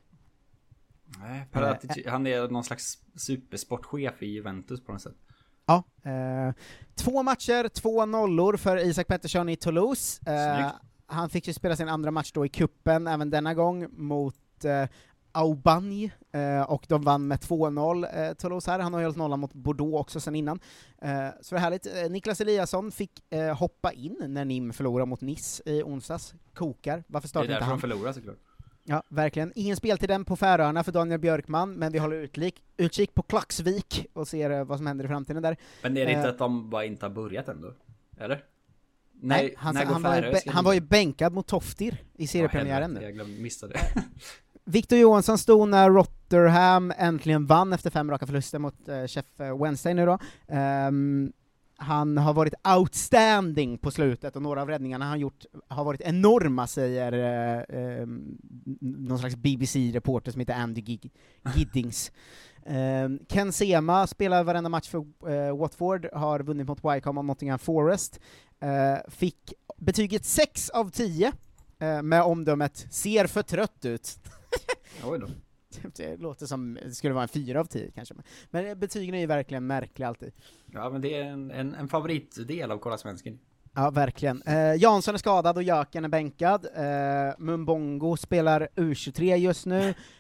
Nej, Paratici, han är någon slags supersportchef i Juventus på något sätt. Ja, eh, två matcher, två nollor för Isak Pettersson i Toulouse. Eh, han fick ju spela sin andra match då i kuppen, även denna gång mot eh, Aubagne, eh, och de vann med två noll, eh, Toulouse här. Han har ju hållit nollan mot Bordeaux också sen innan. Eh, så det är härligt. Eh, Niklas Eliasson fick eh, hoppa in när Nîmes förlorade mot Nice i onsdags. Kokar. Varför startar inte han? Det är därför han förlorar såklart. Ja, verkligen. Ingen speltid den på Färöarna för Daniel Björkman, men vi håller utlik, utkik på Klaxvik och ser eh, vad som händer i framtiden där. Men är det inte eh, att de bara inte har börjat ändå? Eller? Nej, nej han, han, var ju, han var ju bänkad mot Toftir i seriepremiären nu. Jag glömde, missade det. Victor Johansson stod när Rotherham äntligen vann efter fem raka förluster mot uh, Chef Wednesday nu då. Um, han har varit outstanding på slutet och några av räddningarna han gjort har varit enorma, säger uh, um, någon slags B B C-reporter som heter Andy Gig- Giddings. um, Ken Sema spelar varenda match för uh, Watford, har vunnit mot Wycombe och Nottingham Forest. Uh, fick betyget sex av tio uh, med omdömet ser för trött ut. Oj då. Det låter som det skulle vara en fyra av tio kanske. Men betygen är ju verkligen märkliga alltid. Ja, men det är en, en, en favoritdel av Kolla Svensken. Ja, verkligen. Eh, Jansson är skadad och Jöken är bänkad. Eh, Mumbongo spelar U tjugotre just nu.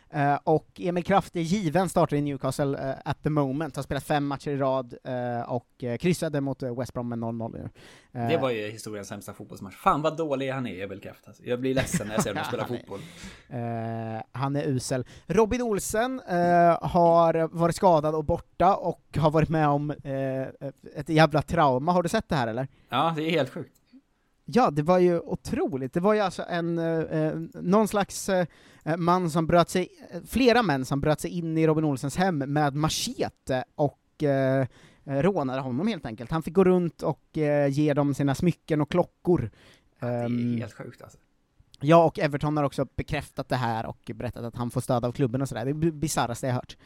Uh, och Emil Kraft är given, startar i Newcastle uh, at the moment, har spelat fem matcher i rad uh, och uh, kryssade mot uh, West Brom med noll noll. Uh, det var ju historiens sämsta fotbollsmatch. Fan vad dålig han är, Emil Kraft. Alltså. Jag blir ledsen när jag ser honom spela fotboll. Uh, han är usel. Robin Olsen uh, har varit skadad och borta och har varit med om uh, ett jävla trauma. Har du sett det här eller? Ja, det är helt sjukt. Ja, det var ju otroligt. Det var ju alltså en eh, någon slags eh, man som bröt sig, flera män som bröt sig in i Robin Olsens hem med machete och eh, rånade honom helt enkelt. Han fick gå runt och eh, ge dem sina smycken och klockor. Ja, det är helt sjukt alltså. Ja, och Everton har också bekräftat det här och berättat att han får stöd av klubben och sådär. Det är bizarraste jag hört.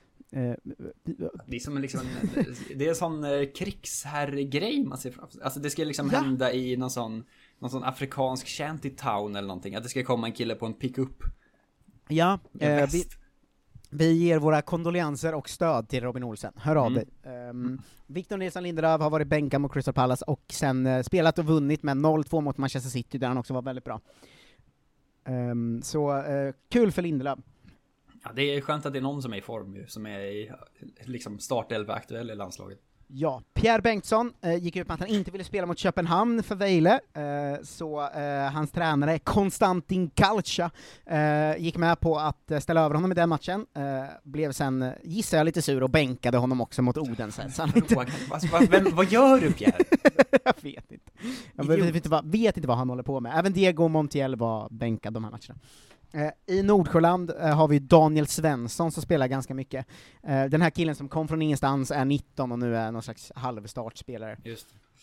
Det är som en liksom det är en sån krigsherrgrej man ser framför sig. Alltså det ska liksom ja. hända i någon sån någon sån afrikansk shantytown eller någonting, att det ska komma en kille på en pickup. Ja, eh, vi, vi ger våra kondolenser och stöd till Robin Olsen. Hör av dig. Mm. Um, Victor Nilsson Lindelöf har varit bänkad mot Crystal Palace och sen uh, spelat och vunnit med noll två mot Manchester City där han också var väldigt bra. Um, så uh, kul för Lindelöf. Ja, det är skönt att det är någon som är i form ju, som är i liksom startelva aktuell i landslaget. Ja, Pierre Bengtsson eh, gick ut med att han inte ville spela mot Köpenhamn för Vejle, eh, så eh, hans tränare Konstantin Kalcha eh, gick med på att eh, ställa över honom i den matchen, eh, blev sen, gissar jag, lite sur och bänkade honom också mot Odense. Så inte... vad, vem, vad gör du, Pierre? Jag vet inte. Jag vet, vet, inte vad, vet inte vad han håller på med. Även Diego Montiel var bänkad de här matcherna. Uh, I Nordsjöland uh, har vi Daniel Svensson som spelar ganska mycket. Uh, den här killen som kom från ingenstans är nitton och nu är någon slags halvstartspelare. Just.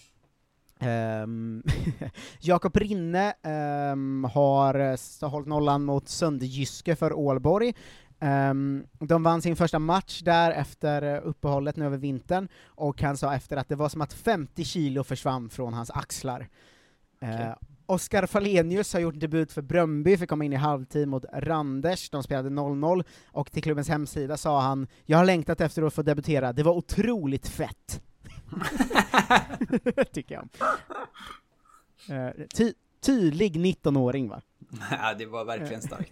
Um, Jakob Rinne um, har uh, hållit nollan mot Sönderjyske för Ålborg. Um, de vann sin första match där efter uh, uppehållet nu över vintern, och han sa efter att det var som att femtio kilo försvann från hans axlar. Uh, okay. Oskar Falenius har gjort debut för Bröndby, för komma in i halvtid mot Randers. De spelade noll noll, och till klubbens hemsida sa han: jag har längtat efter att få debutera, det var otroligt fett. Tycker jag. Uh, ty- tydlig nittonåring, va? Ja, det var verkligen starkt.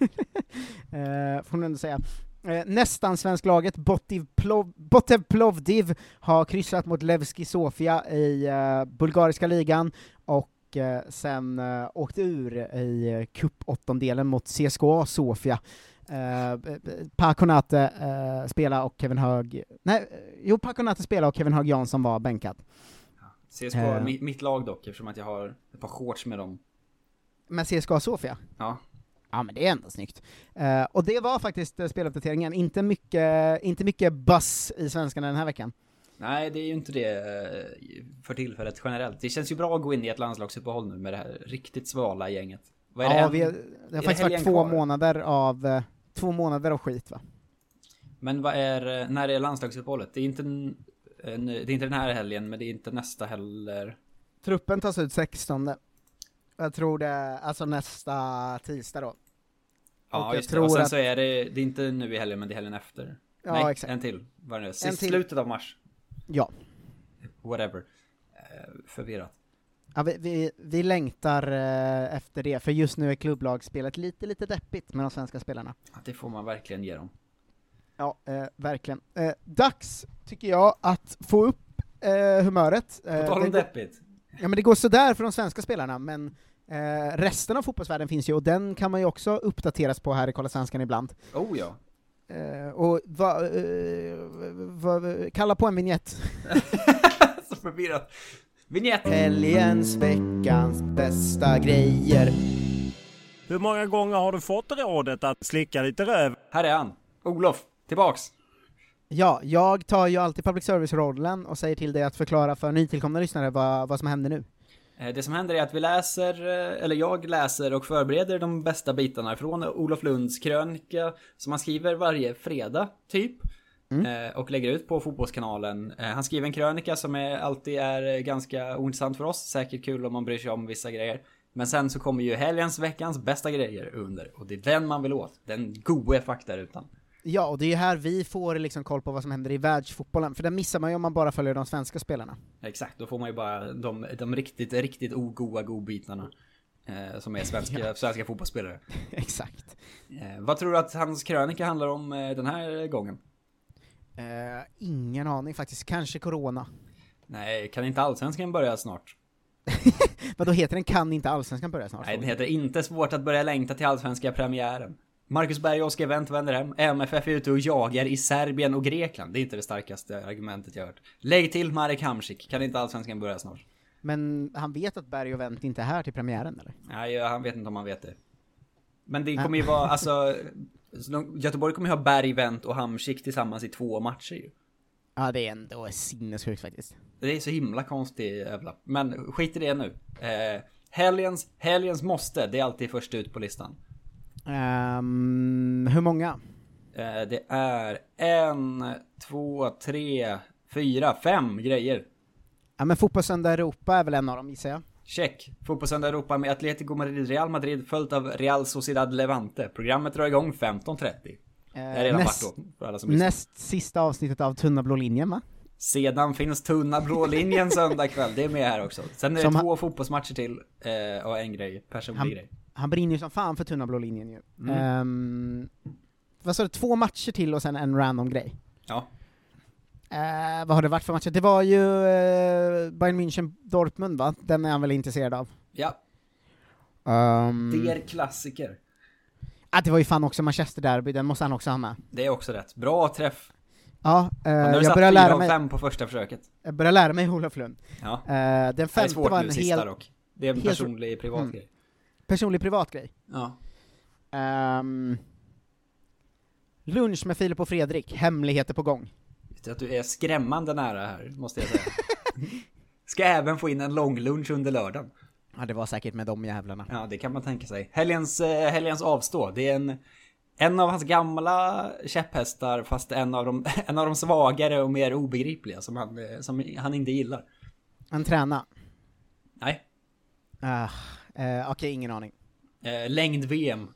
uh, får man ändå säga. Uh, nästan svensk laget Botev, Plov- Botev Plovdiv har kryssat mot Levski Sofia i uh, bulgariska ligan, och sen uh, åkte ur i cup-åttondelen mot C S K A Sofia. Uh, Pakonate uh, spelade och Kevin Hög... Nej, jo, Pakonate spelade och Kevin Hög Jansson var bänkad. C S K A, uh, mitt, mitt lag dock, eftersom att jag har ett par shorts med dem. Med C S K A Sofia? Ja. Ja, men det är ändå snyggt. Uh, och det var faktiskt uh, speluppdateringen. Inte mycket, inte mycket buzz i svenskarna den här veckan. Nej, det är ju inte det för tillfället generellt. Det känns ju bra att gå in i ett landslagsuppehåll nu med det här riktigt svala gänget. Vad är ja, det, vi har, det har faktiskt varit två kvar? månader av uh, två månader av skit, va? Men vad är, när är landslagsuppehållet? Det är inte en, en, det är inte den här helgen, men det är inte nästa heller. Truppen tas ut sextonde. Jag tror det är alltså nästa tisdag då. Ja, och just det. Och sen att... så är det, det är inte nu i helgen, men det är helgen efter. Ja, Nej, exakt. En till. Vad är det? En till. Slutet av mars. Ja. Whatever. Uh, förvirrat. Ja, vi, vi, vi längtar uh, efter det, för just nu är klubblagsspelet lite, lite deppigt med de svenska spelarna. Ja, det får man verkligen ge dem. Ja, uh, verkligen. Uh, dags, tycker jag, att få upp uh, humöret. Uh, På tal om deppigt. Ja, men det går så där för de svenska spelarna, men uh, resten av fotbollsvärlden finns ju, och den kan man ju också uppdateras på här i Kolla Svenskan ibland. Oh ja. Uh, och va, uh, va, kalla på en vignett. Så förvirrat. Vignett. Helgens, veckans bästa grejer. Hur många gånger har du fått rådet att slicka lite röv? Här är han. Olof, tillbaks. Ja, jag tar ju alltid public service-rollen och säger till dig att förklara för nytillkomna lyssnare vad, vad som händer nu. Det som händer är att vi läser, eller jag läser och förbereder de bästa bitarna från Olof Lunds krönika som han skriver varje fredag, typ. Mm. Och lägger ut på Fotbollskanalen. Han skriver en krönika som är, alltid är ganska ointressant för oss. Säkert kul om man bryr sig om vissa grejer. Men sen så kommer ju helgens, veckans bästa grejer under. Och det är den man vill åt. Den goda fakta utan. Ja, och det är ju här vi får liksom koll på vad som händer i världsfotbollen. För det missar man ju om man bara följer de svenska spelarna. Exakt, då får man ju bara de, de riktigt, riktigt ogoda godbitarna. eh, som är svenska, ja. svenska fotbollsspelare. Exakt. Eh, vad tror du att hans krönika handlar om eh, den här gången? Eh, ingen aning faktiskt, kanske corona. Nej, kan inte allsvenskan börja snart? Vad då heter den kan inte allsvenskan börja snart? Nej, den heter inte svårt att börja längta till allsvenska premiären. Marcus Berg och Oskar Wendt vänder hem. M F F är ute och jagar i Serbien och Grekland. Det är inte det starkaste argumentet jag hört. Lägg till Marek Hamsik. Kan inte allsvenskan börja snart? Men han vet att Berg och Wendt inte är här till premiären, eller? Nej, han vet inte om han vet det. Men det kommer ju vara, alltså... Göteborg kommer ju ha Berg, Wendt och Hamsik tillsammans i två matcher ju. Ja, det är ändå sinnessjukt faktiskt. Det är så himla konstigt jävla. Men skit i det nu. Eh, helgens, helgens måste, det är alltid först ut på listan. Um, hur många? Eh, det är en, två, tre, fyra, fem grejer. Ja, men Fotbollssöndag Europa är väl en av dem, gissar jag. Check. Fotbollssöndag Europa med Atletico Madrid, Real Madrid följt av Real Sociedad Levante. Programmet drar igång femton trettio. Det är redan näst, vart då, för alla som lyssnar. Näst sista avsnittet av Tunna blå linjen, va? Sedan finns Tunna blå linjen söndag kväll. Det är med här också. Sen är det som två han, fotbollsmatcher till eh, och en grej, personlig han, grej. Han brinner ju som fan för Tunna blå linjen ju. Mm. Um, vad sa du? Två matcher till och sen en random grej. Ja. Uh, vad har det varit för matcher? Det var ju uh, Bayern München Dortmund, va? Den är han väl intresserad av. Ja. Um, Det är klassiker. Ah, det var ju fan också Manchester Derby, den måste han också ha med. Det är också rätt. Bra träff. Ja, uh, jag börjar lära mig fem på första försöket. Jag börjar lära mig Olof Lund. Ja. Uh, den femte var en hel dock. Det är en personlig helt... privat mm. grej. Personlig privat grej. Ja. Um, lunch med Filip och Fredrik, hemligheter på gång. Vet du att du är skrämmande nära här, måste jag säga. Ska även få in en lång lunch under lördagen. Ja, det var säkert med de jävlarna. Ja, det kan man tänka sig. Helgens, eh, helgens avstå, det är en, en av hans gamla käpphästar, fast en av de, en av de svagare och mer obegripliga som han, som han inte gillar. Han tränar? Nej. Uh, uh, Okej, okay, ingen aning. Uh, längd-V M.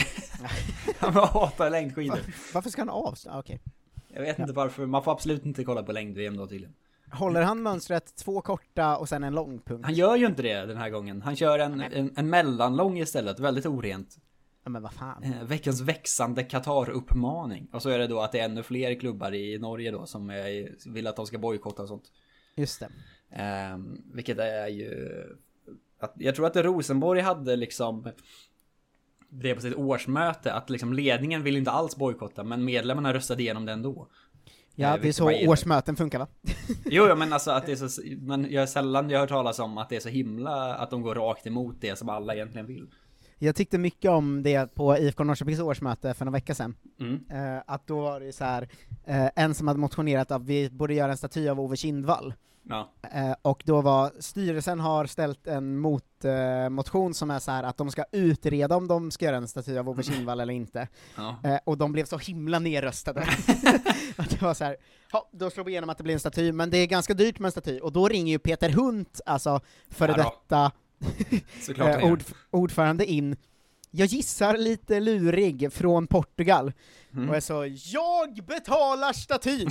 Han hatar längdskidor. Var, varför ska han avstå? Okej. Okay. Jag vet inte ja. varför. Man får absolut inte kolla på längd-V M då tydligen. Håller han mönstret två korta och sen en lång punkt? Han gör ju inte det den här gången. Han kör en, en, en mellanlång istället. Väldigt orent. Ja, men vad fan. Eh, veckans växande Qatar-uppmaning. Och så är det då att det är ännu fler klubbar i Norge då som är, vill att de ska bojkotta och sånt. Just det. Eh, vilket är ju... Att, jag tror att Rosenborg hade liksom... Det på sitt årsmöte att liksom ledningen vill inte alls bojkotta, men medlemmarna röstade igenom det ändå. Ja, det är så årsmöten funkar, va? Jo, jo, men alltså att det är så, men jag är sällan jag har hört talas om att det är så himla att de går rakt emot det som alla egentligen vill. Jag tyckte mycket om det på I F K Norrköpings årsmöte för några veckor sedan. Mm. Uh, att då var det så här uh, en som hade motionerat att vi borde göra en staty av Ove Kindvall. Ja. Uh, och då var styrelsen har ställt en motmotion uh, som är så här att de ska utreda om de ska göra en staty av Ove Kindvall eller inte. Ja. Uh, och de blev så himla nerröstade. Att det var så här, ja, då slår vi igenom att det blir en staty, men det är ganska dyrt med en staty. Och då ringer ju Peter Hunt, alltså före ja, detta uh, ord, ordförande in. Jag gissar lite lurig från Portugal. Mm. Och jag sa, jag betalar statyn!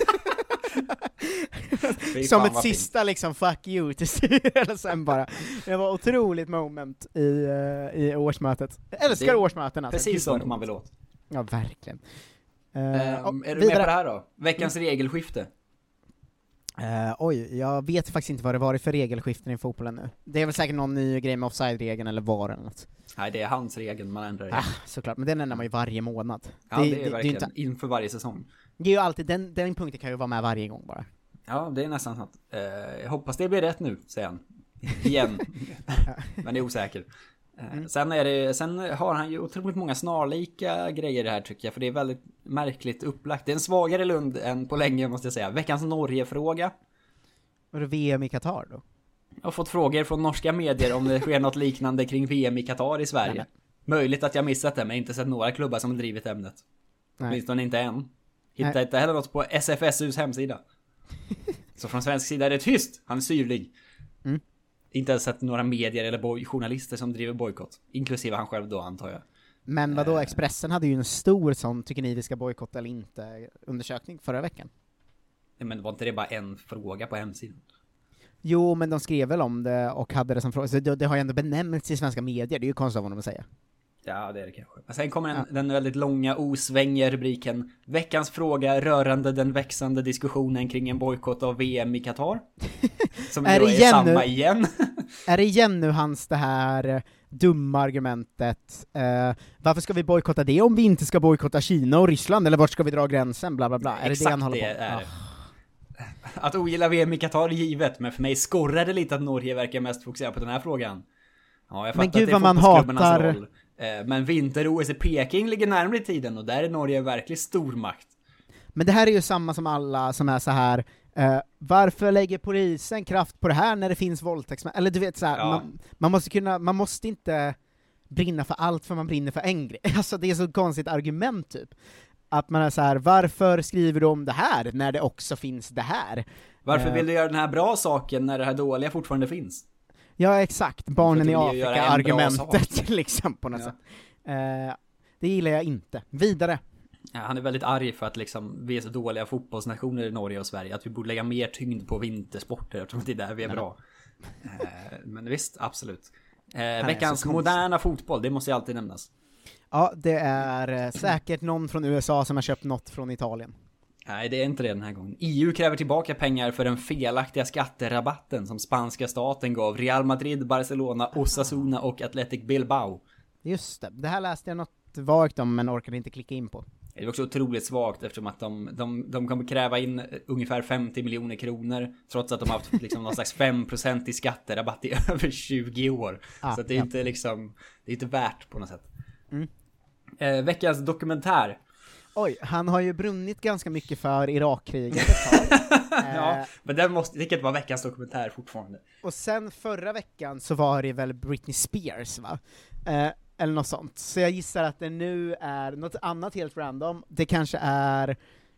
Som ett sista fint. liksom, fuck you till styrelsen bara. Det var otroligt moment i, uh, i årsmötet. Jag älskar det, årsmöten alltså. Precis sånt man vill åt. Ja, verkligen. Uh, um, är du vidare. Med på det här då? Veckans mm. regelskifte. Uh, oj, jag vet faktiskt inte vad det var för regelskiften i fotbollen nu. Det är väl säkert någon ny grej med offside-regeln eller var eller något. Nej, det är hans regel man ändrar. Ah, såklart, men den ändrar man ju varje månad. Ja, det, det är det, verkligen det är inte... inför varje säsong. Det är ju alltid, den, den punkten kan ju vara med varje gång bara. Ja, det är nästan sant. Uh, jag hoppas det blir rätt nu, säger han. Igen. Men det är osäker. Mm. Sen, är det, sen har han ju otroligt många snarlika grejer det här tycker jag. För det är väldigt märkligt upplagt. Det är en svagare Lund än på länge måste jag säga. Veckans Norge-fråga. Var det V M i Qatar då? Jag har fått frågor från norska medier om det sker något liknande kring V M i Qatar i Sverige. Nej, Möjligt att jag missat det, men inte sett några klubbar som har drivit ämnet. Åtminstone inte än. Hittar inte heller något på S F S U:s hemsida. Så från svensk sida är det tyst. Han är syrlig. Mm. Inte ens sett några medier eller boj- journalister som driver bojkott. Inklusive han själv då, antar jag. Men vadå, eh. Expressen hade ju en stor sån, tycker ni vi ska bojkotta eller inte, undersökning förra veckan. Ja, men var inte det bara en fråga på hemsidan? Jo, men de skrev väl om det och hade det som fråga. Så det, det har ju ändå benämnts i svenska medier, det är ju konstigt av honom att säga. Ja, det är det kanske. Men sen kommer den, ja. den väldigt långa, osvängiga rubriken. Veckans fråga rörande den växande diskussionen kring en bojkott av V M i Qatar. Som är, det är samma nu, igen. Är det igen nu hans det här dumma argumentet? Uh, varför ska vi bojkotta det om vi inte ska bojkotta Kina och Ryssland? Eller vart ska vi dra gränsen? Bla bla bla. Är Exakt det det han håller det på? är Ah. Att ogilla V M i Qatar är givet, men för mig skorrar det lite att Norge verkar mest fokusera på den här frågan. Ja, jag fattar men gud, att det är vad man fotbollsklubbarnas hatar... roll. Men vinter-O S i Peking ligger närmare i tiden och där är Norge en verklig stormakt. Men det här är ju samma som alla som är så här. Uh, varför lägger polisen kraft på det här när det finns våldtäktsmän? Eller du vet så här, ja. man, man måste kunna, man måste inte brinna för allt för man brinner för en grej. Alltså det är så konstigt argument typ. Att man är så här, varför skriver du om det här när det också finns det här? Varför uh, vill du göra den här bra saken när det här dåliga fortfarande finns? Ja, exakt. Barnen i Afrika-argumentet liksom på något ja. sätt. Uh, det gillar jag inte. Vidare. Ja, han är väldigt arg för att liksom, vi är så dåliga fotbollsnationer i Norge och Sverige. Att vi borde lägga mer tyngd på vintersporter eftersom det är där vi är Nej. bra. uh, men visst, absolut. Uh, veckans moderna fotboll, det måste ju alltid nämnas. Ja, det är uh, säkert någon från U S A som har köpt något från Italien. Nej, det är inte det den här gången. E U kräver tillbaka pengar för den felaktiga skatterabatten som spanska staten gav Real Madrid, Barcelona, Osasuna och Athletic Bilbao. Just det, det här läste jag något vagt om men orkade inte klicka in på. Det är också otroligt svagt eftersom att de, de, de kommer kräva in ungefär femtio miljoner kronor trots att de har haft liksom någon slags fem procent i skatterabatt i över tjugo år. Ah, så att det är ja. inte liksom, det är inte värt på något sätt. Mm. Eh, veckans dokumentär. Oj, han har ju brunnit ganska mycket för Irakkriget ett tag. Ja, men den måste, det kan vara veckans dokumentär fortfarande. Och sen förra veckan så var det väl Britney Spears, va? Eh, eller något sånt. Så jag gissar att det nu är något annat helt random. Det kanske är...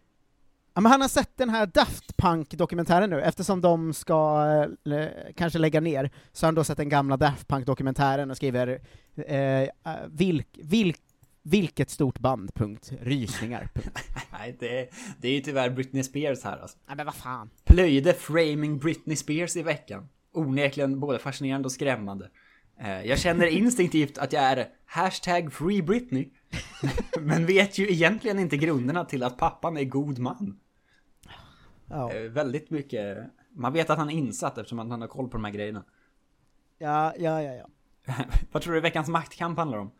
Ja, men han har sett den här Daft Punk-dokumentären nu, eftersom de ska eh, kanske lägga ner, så har han då sett den gamla Daft Punk-dokumentären och skriver eh, vilk, vilk Vilket stort band, punkt. Rysningar, punkt. Nej, det, det är ju tyvärr Britney Spears här alltså. Nej, men vad fan. Plöjde framing Britney Spears i veckan. Onekligen både fascinerande och skrämmande. Eh, jag känner instinktivt att jag är hashtag free Britney. Men vet ju egentligen inte grunderna till att pappan är god man. Ja. Eh, väldigt mycket... Man vet att han är insatt eftersom han har koll på de här grejerna. Ja, ja, ja, ja. Vad tror du veckans maktkamp handlar om?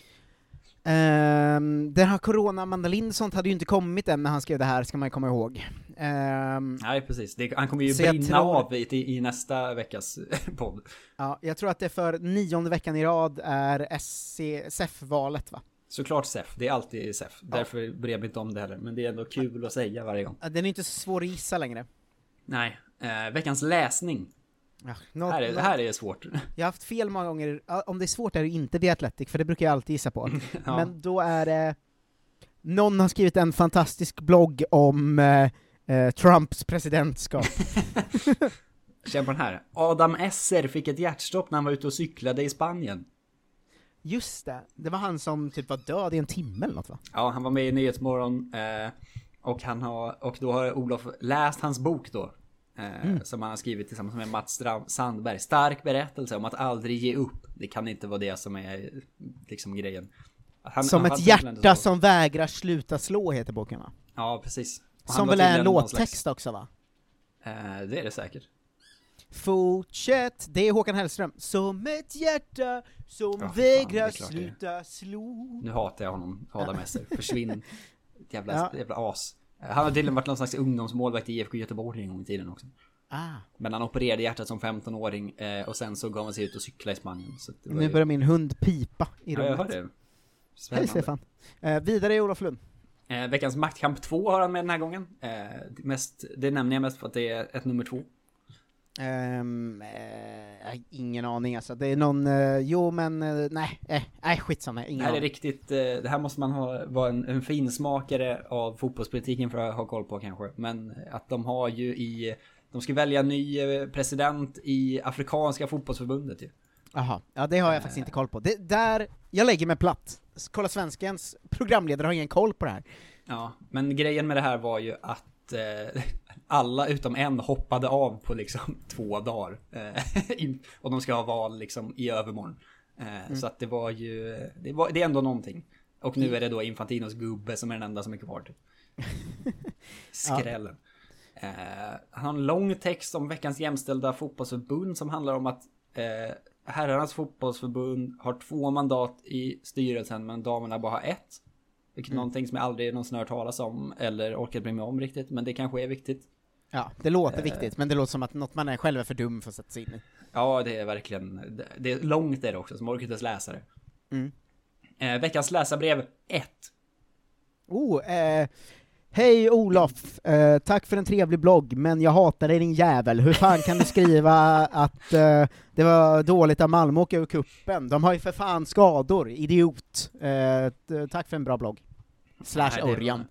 Um, den här corona Amanda Lind och sånt hade ju inte kommit än när han skrev det här, ska man komma ihåg. Um, Nej, precis. Det, han kommer ju brinna tror... av i, i nästa veckas podd. Ja, jag tror att det för nionde veckan i rad är S E F-valet, va? Såklart S E F, det är alltid S E F. Ja. Därför bryr jag mig inte om det heller. Men det är ändå kul att säga varje gång. Den är inte så svår att gissa längre. Nej, uh, veckans läsning. Ja, något, här, är, något, det här är svårt. Jag har haft fel många gånger. Om det är svårt är det inte The Athletic, för det brukar jag alltid gissa på. Ja. Men då är det... Någon har skrivit en fantastisk blogg om eh, eh, Trumps presidentskap. Känn på den här. Adam Esser fick ett hjärtstopp när han var ute och cyklade i Spanien. Just det. Det var han som typ var död i en timme eller något, va? Ja, han var med i Nyhetsmorgon eh, och, han har, och då har Olof läst hans bok då. Mm. Som han har skrivit tillsammans med Mats Sandberg. Stark berättelse om att aldrig ge upp. Det kan inte vara det som är liksom grejen. Han, som han ett hjärta som vägrar sluta slå heter boken, va? Ja, precis. Som väl är en låttext slags... också, va? Uh, det är det säkert. Fortsätt, det är Håkan Hellström. Som ett hjärta som oh, vägrar fan, sluta slå. Nu hatar jag honom, Adam Esser. Försvinn. Jävla, ja. jävla as. Han har till och med varit någon slags ungdomsmålvakt i I F K Göteborg en gång i tiden också. Ah. Men han opererade hjärtat som femton-åring eh, och sen så gav han sig ut och cykla i Spanien. Så det nu börjar ju... min hund pipa i rummet. Ja, jag hör det. Hej Stefan. Eh, vidare är Olof Lund. Eh, veckans maktkamp två har han med den här gången. Eh, det, mest, det nämner jag mest för att det är ett nummer två. Um, eh, ingen aning alltså. Det är någon, eh, jo men eh, nej, eh, nej skitsamma. Ingen det här aning. är riktigt, eh, det här måste man ha, vara en, en finsmakare av fotbollspolitiken för att ha koll på kanske. Men att de har ju i, de ska välja ny president i Afrikanska fotbollsförbundet ju. Jaha, ja det har jag eh. faktiskt inte koll på. Det, där, jag lägger mig platt. Kolla Svenskens programledare har ingen koll på det här. Ja, men grejen med det här var ju att eh, alla utom en hoppade av på liksom två dagar. Och de ska ha val liksom i övermorgon. Mm. Så att det var ju, det, var, det är ändå någonting. Och nu är det då Infantinos gubbe som är den enda som är kvar typ. Skrällen. Ja. Uh, han har en lång text om veckans jämställda fotbollsförbund som handlar om att uh, herrarnas fotbollsförbund har två mandat i styrelsen men damerna bara har ett. Vilket är mm. någonting som jag aldrig någonsin hört talas om eller orkat bry mig om riktigt, men det kanske är viktigt. Ja, det låter uh, viktigt, men det låter som att något man är själv är för dum för att sätta sig in i. Ja, det är verkligen, det, det är långt där också, som orkar inte ens läsa det. Mm. Uh, veckans läsarbrev ett. Oh, eh... Hej Olof, eh, tack för en trevlig blogg, men jag hatar dig din jävel. Hur fan kan du skriva att eh, det var dåligt av Malmö åka ur kuppen? De har ju för fan skador, idiot. Eh, t- tack för en bra blogg. Slash Örjan.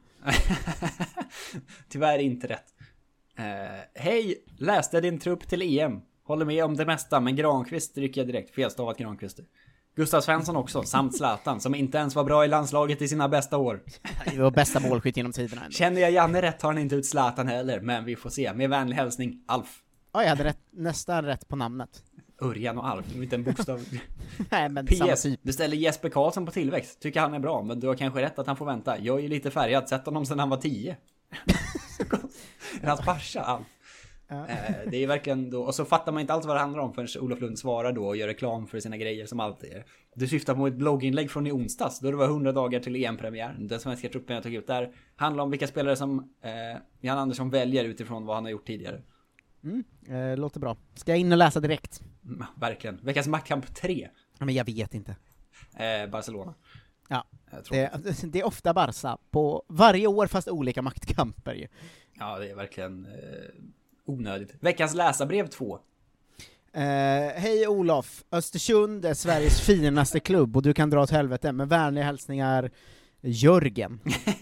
Tyvärr inte rätt. Eh, Hej, läste din trupp till E M. Håller med om det mesta, men Granqvist stryker jag direkt. Felstavat Granqvist. Gustav Svensson också, samt Zlatan, som inte ens var bra i landslaget i sina bästa år. Det var bästa målskytt genom tiderna. Ändå. Känner jag Janne rätt har han inte ut Zlatan heller, men vi får se. Med vänlig hälsning, Alf. Ja, jag hade rätt, nästan rätt på namnet. Örjan och Alf, inte en bokstav. Nej, men P S, samma typ. Du ställer Jesper Karlsson på tillväxt. Tycker han är bra, men du har kanske rätt att han får vänta. Jag är ju lite färgad, sett honom sedan han var tio. Hans farsa, Alf. Ja. Det är verkligen då, och så fattar man inte alls vad det handlar om förrän Olof Lund svarar då och gör reklam för sina grejer som alltid är. Du syftar på ett blogginlägg från i onsdags då det var hundra dagar till E M-premiär. Den svenska truppen jag tog ut där handlar om vilka spelare som eh, Jan Andersson väljer utifrån vad han har gjort tidigare. Mm, eh, låter bra. Ska jag in och läsa direkt? Mm, verkligen. Veckans maktkamp tre. Men jag vet inte. Eh, Barcelona. Ja, det, det är ofta Barca på varje år fast olika maktkamper ju. Ja, det är verkligen eh, onödigt. Veckans läsarbrev två. Uh, Hej Olof, Östersund är Sveriges finaste klubb och du kan dra åt helvete, med vänliga hälsningar Jörgen.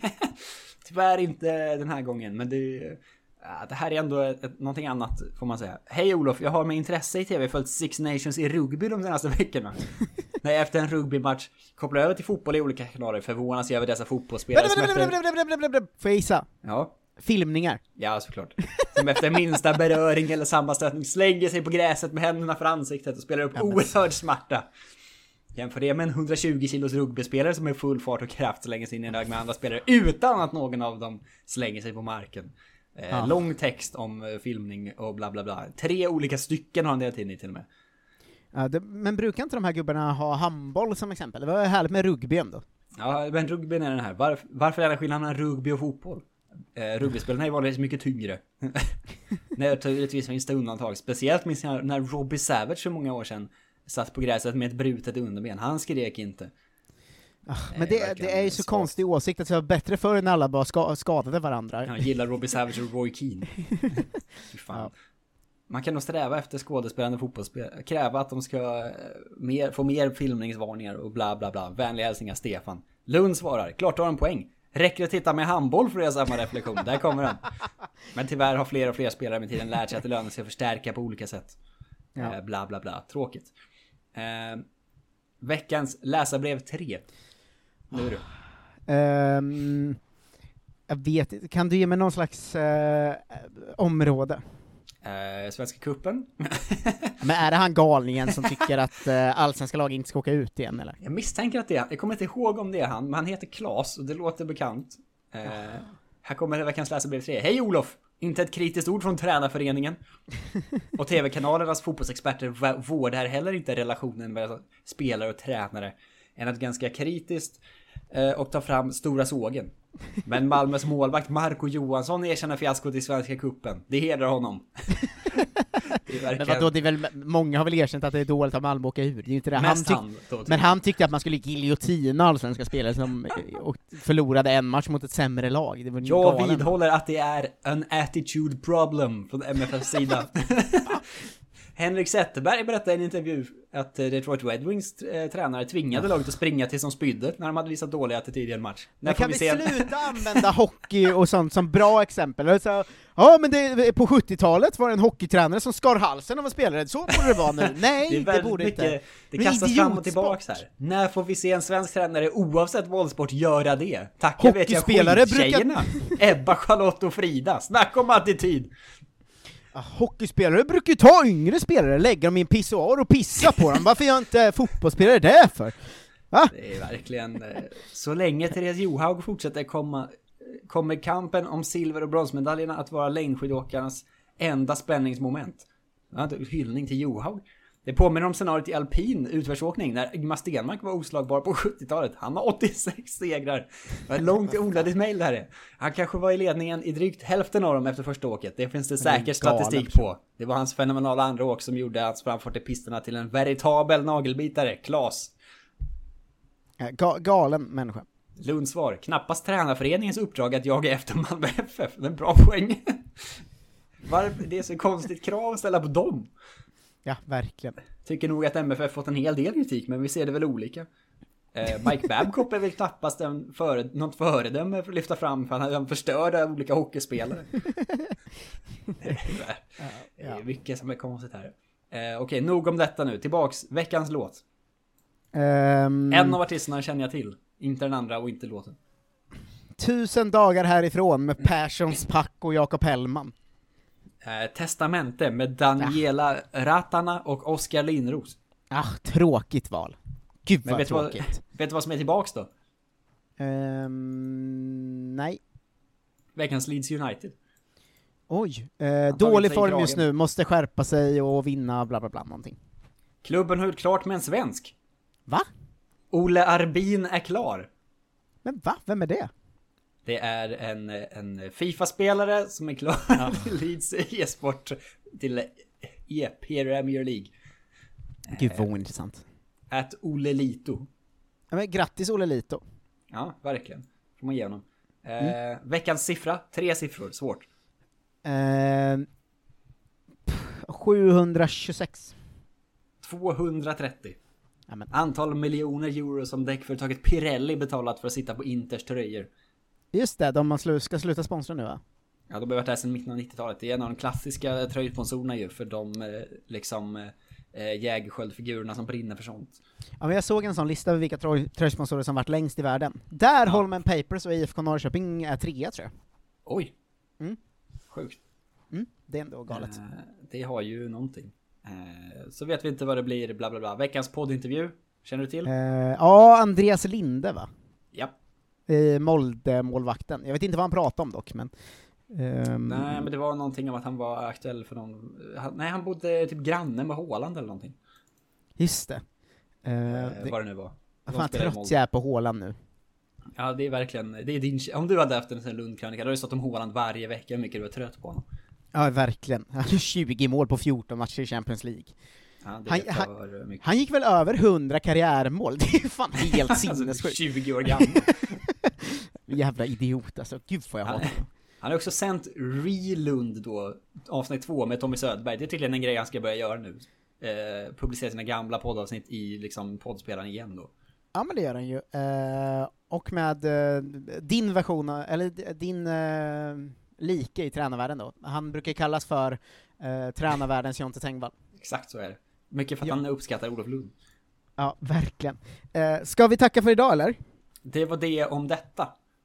Tyvärr inte den här gången, men det, ja, det här är ändå ett, ett, någonting annat får man säga. Hej Olof, jag har med intresse i tv följt Six Nations i rugby de senaste veckorna. När jag efter en rugbymatch kopplar över till fotboll i olika kanaler förvånas jag över dessa fotbollsspelare som efter... Får jag gissa? Ja. Filmningar. Ja, såklart. Som efter minsta beröring eller sammanstötning slänger sig på gräset med händerna för ansiktet och spelar upp ja, oerhörd smärta. Jämför det med en hundratjugo kilos rugbyspelare som är full fart och kraft slänger sig in i en hög med andra spelare utan att någon av dem slänger sig på marken. Eh, ja. Lång text om eh, filmning och bla bla bla. Tre olika stycken har han delat in i till och med. Ja, det, men brukar inte de här gubbarna ha handboll som exempel? Det var härligt med rugby ändå. Ja, men rugbyn är den här. Varför, varför är det skillnaden mellan rugby och fotboll? Eh, rugbyspelarna är vanligtvis mycket tyngre. Naturligtvis finns det undantag. Speciellt minns jag när Robbie Savage för många år sedan satt på gräset med ett brutet underben. Han skrek inte. Ah, men det, det är ju så svagt. Konstig åsikt att det var bättre förr när alla bara ska, skadade varandra. Jag gillar Robbie Savage och Roy Keane. Fan. Ja. Man kan nog sträva efter skådespelande fotbollsspelare. Kräva att de ska mer, få mer filmningsvarningar och bla bla bla. Vänliga hälsningar Stefan. Lund svarar, klart har en poäng. Räcker att titta med handboll för att göra samma reflektion. Där kommer den. Men tyvärr har fler och fler spelare med tiden lärt sig att det lönar sig att förstärka på olika sätt. Ja. Eh, bla bla bla. Tråkigt. Eh, veckans läsarbrev tre. Nu är du. Um, jag vet, kan du ge mig någon slags uh, område? Eh, Svenska kuppen. Men är det han galningen som tycker att uh, allsvenska lag inte ska åka ut igen eller? Jag misstänker att det är, jag kommer inte ihåg om det är han, men han heter Klas och det låter bekant. Eh, oh. Här kommer det veckans läsarbrev tre. Hej Olof! Inte ett kritiskt ord från tränarföreningen. Och tv-kanalernas fotbollsexperter vårdar heller inte relationen mellan spelare och tränare än att ganska kritiskt eh, och ta fram stora sågen. Men Malmös målvakt Marco Johansson erkänner fiaskot i Svenska kuppen. Det hedrar honom. Det är verkligen... Men vadå, det är väl, många har väl erkänt att det är dåligt att Malmö åka ur. Det är ju inte det. Han tyck... han, då, men han tyckte att man skulle giljotina allsvenska spelare som och förlorade en match mot ett sämre lag. Det var Jag galen. vidhåller att det är en attitude problem från M F F:s sida. Henrik Zetterberg berättade i en intervju att Detroit Red Wings eh, tränare tvingade laget att springa tills de spydde när de hade visat dålig attityd i en match. Men kan vi, vi sluta använda hockey och sånt som bra exempel? Så, ja, men det, på sjuttiotalet var det en hockeytränare som skar halsen av en spelare. Så borde det vara nu. Nej, det, det borde mycket, inte. Det kastas fram och tillbaka här. När får vi se en svensk tränare oavsett våldsport göra det? Tack, jag vet jag skittjejerna. Brukar... Ebba, Charlotte och Frida. Snacka om attityd. Hockeyspelare brukar ju ta yngre spelare, lägga dem i en pissoar och pissa på dem. Varför gör inte fotbollsspelare det för? Va? Det är verkligen... Så länge Therese Johaug fortsätter komma, kommer kampen om silver- och bronsmedaljerna att vara längdskidåkarnas enda spänningsmoment. Ja, hyllning till Johaug. Det påminner om scenariot i alpin utförsåkning när Ingmar Stenmark var oslagbar på sjuttiotalet. Han har åttiosex segrar. Det var långt onödigt mejl det här är. Han kanske var i ledningen i drygt hälften av dem efter första åket. Det finns det säker statistik på. Det var hans fenomenala andra åk som gjorde hans framfart i pisterna till en veritabel nagelbitare. Klas. Ga- galen människa. Lunds svar. Knappast tränarföreningens uppdrag att jaga efter Malmö F F. Det är en bra poäng. Varför det är så konstigt krav att ställa på dem? Ja, verkligen. Tycker nog att M F F fått en hel del kritik, men vi ser det väl olika. Eh, Mike Babcock är väl knappast en före, något föredöme för att lyfta fram, för han förstörde olika hockeyspelare. det är det är mycket som är konstigt här. Eh, Okej, okay, nog om detta nu. Tillbaks, veckans låt. Um... En av artisterna känner jag till. Inte den andra och inte låten. Tusen dagar härifrån med Perssons Pack och Jakob Hellman. Eh, Testamente med Daniela ah. Ratana och Oskar Lindros. Ah, tråkigt val. Gud vad vet tråkigt. Vad, vet du vad som är tillbaks då? Um, nej. Veckans Leeds United. Oj, eh, dålig form just nu. Måste skärpa sig och vinna bla bla bla någonting. Klubben har gjort klart med en svensk. Va? Ole Arbin är klar. Men va? Vem är det? Det är en, en FIFA-spelare som är klar ja. till Leeds e-sport till E P Premier League. Gud vad ointressant. Att Ole Lito. Ja, men grattis Ole Lito. Ja, verkligen. Får man ge honom. Mm. Eh, veckans siffra, tre siffror, svårt. Eh, sjuhundratjugosex. tvåhundratrettio. Amen. Antal miljoner euro som däckföretaget Pirelli betalat för att sitta på Inters tröjor. Just det, de man ska sluta sponsra nu va? Ja, de har varit där sedan mitten av nittiotalet. Det är en av de klassiska tröjsponsorerna ju för de liksom eh, Jägersköld-figurerna som brinner för sånt. Ja, men jag såg en sån lista över vilka tröj- tröjsponsorer som varit längst i världen. Där ja. Holmen Papers och I F K Norrköping är trea tror jag. Oj. Mm. Sjukt. Mm, det är ändå galet. Eh, det har ju någonting. Eh, så vet vi inte vad det blir, bla bla bla. Veckans poddintervju, känner du till? Eh, ja, Andreas Linde va? Ja. I Molde-målvakten. Jag vet inte vad han pratade om dock, men... Um... Nej, men det var någonting om att han var aktuell för någon... Han, nej, han bodde typ granne med Haaland eller någonting. Just det. Uh, eh, det... Vad det nu var. Vad fan trött jag är på Haaland nu. Ja, det är verkligen... Det är din... Om du hade haft en sån Lundkrönika, då hade det stått om Haaland varje vecka hur mycket du var trött på honom. Ja, verkligen. Han hade tjugo mål på fjorton matcher i Champions League. Ja, han, han, han gick väl över hundra karriärmål. Det är fan helt sinnessjukt. Alltså, tjugo år gammal. Jävla idiot alltså. Gud får jag ha. Han, han har också sänt Relund då, avsnitt två med Tommy Söderberg. Det är tydligen en grej han ska börja göra nu. Eh, publicera sina gamla poddavsnitt i liksom poddspelaren igen då. Ja, men det gör han ju. Eh, och med eh, din version, eller din eh, like i tränarvärlden då. Han brukar kallas för eh, tränarvärldens Jonte Tengvall. Exakt så är det. Mycket för att ja. han uppskattar Olof Lund. Ja, verkligen. Eh, ska vi tacka för idag, eller? Det var det om detta.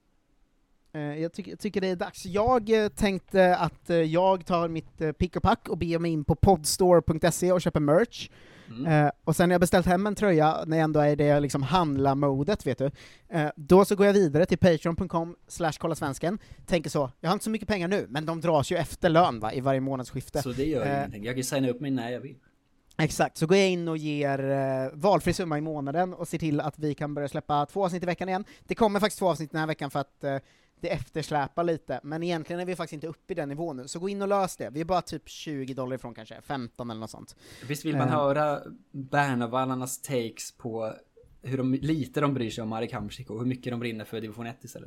Eh, jag, ty- jag tycker det är dags. Jag eh, tänkte att eh, jag tar mitt eh, pick och pack och beger mig in på podstore punkt se och köper merch. Mm. Eh, och sen när jag beställt hem en tröja, när jag ändå är i det liksom handla-modet, vet du. Eh, då så går jag vidare till patreon punkt com slash kolla svensken. Tänker så, jag har inte så mycket pengar nu, men de dras ju efter lön va, i varje månadsskifte. Så det gör eh, ingenting. Jag kan signa upp mig när jag vill. Exakt, så går jag in och ger eh, valfri summa i månaden och ser till att vi kan börja släppa två avsnitt i veckan igen. Det kommer faktiskt två avsnitt den här veckan för att eh, det eftersläpar lite, men egentligen är vi faktiskt inte uppe i den nivån nu. Så gå in och lös det. Vi är bara typ tjugo dollar ifrån kanske, femton eller något sånt. Visst vill man uh. höra Bernavallarnas takes på hur de, lite de bryr sig om Marek Hamsik och hur mycket de brinner för division ett istället?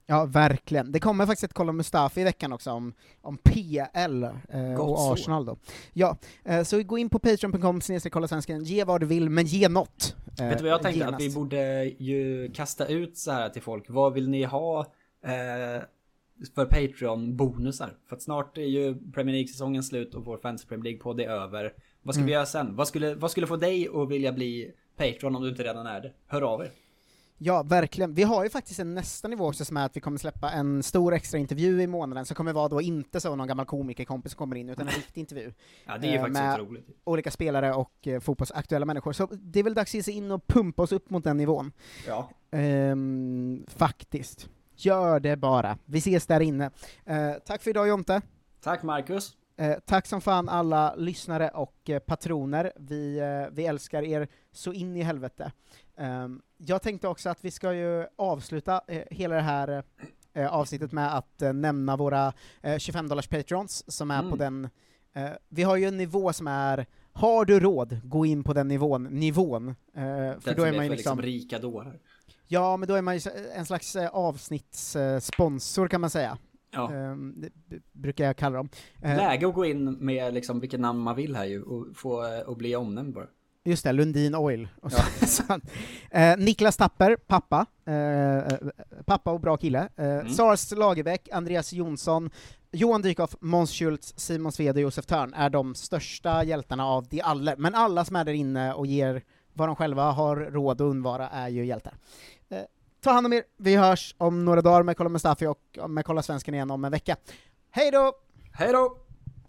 Ja, verkligen. Det kommer faktiskt ett Kolla Mustafi i veckan också om, om P L eh, och Arsenal då. Ja, eh, så gå in på patreon punkt com snedstreck kolla svenskan, ge vad du vill, men ge något. Eh, Vet du vad jag tänkte? genast. Att vi borde ju kasta ut så här till folk. Vad vill ni ha eh, för Patreon-bonusar? För att snart är ju Premier League-säsongen slut och vår Fantasy Premier League-podd är över. Vad ska mm. vi göra sen? Vad skulle, vad skulle få dig att vilja bli Patreon om du inte redan är det? Hör av er. Ja, verkligen. Vi har ju faktiskt en nästa nivå också som är att vi kommer släppa en stor extra intervju i månaden som kommer vara då inte så någon gammal komikerkompis som kommer in utan en riktig intervju. Ja, det är ju eh, faktiskt med otroligt. Olika spelare och eh, fotbollsaktuella människor. Så det är väl dags att ge sig in och pumpa oss upp mot den nivån. Ja. Ehm, faktiskt. Gör det bara. Vi ses där inne. Eh, tack för idag, Jonte. Tack, Marcus. Eh, tack som fan alla lyssnare och eh, patroner. Vi, eh, vi älskar er så in i helvete. Um, jag tänkte också att vi ska ju avsluta eh, hela det här eh, avsnittet med att eh, nämna våra eh, tjugofem dollars patrons som är mm. på den. Eh, vi har ju en nivå som är, har du råd, gå in på den nivån. nivån. Eh, för då är man ju liksom, liksom rika dårar. Ja, men då är man ju en slags eh, avsnittssponsor eh, kan man säga. Ja. Um, det b- brukar jag kalla dem. Uh, Läge att gå in med liksom vilket namn man vill här ju och få och bli omnämnd bara. Just det, Lundin Oil. Och så, så, uh, Niklas Tapper, pappa. Uh, pappa och bra kille. Uh, mm. Sars Lagerbäck, Andreas Jonsson, Johan Dykhoff, Måns Schultz, Simon Sved och Josef Törn är de största hjältarna av de alla. Men alla som är där inne och ger vad de själva har råd att undvara är ju hjältar. Uh, Ta hand om er. Vi hörs om några dagar med Kolla Mustafi och med Kolla Svenskan igen om en vecka. Hej då! Hej då!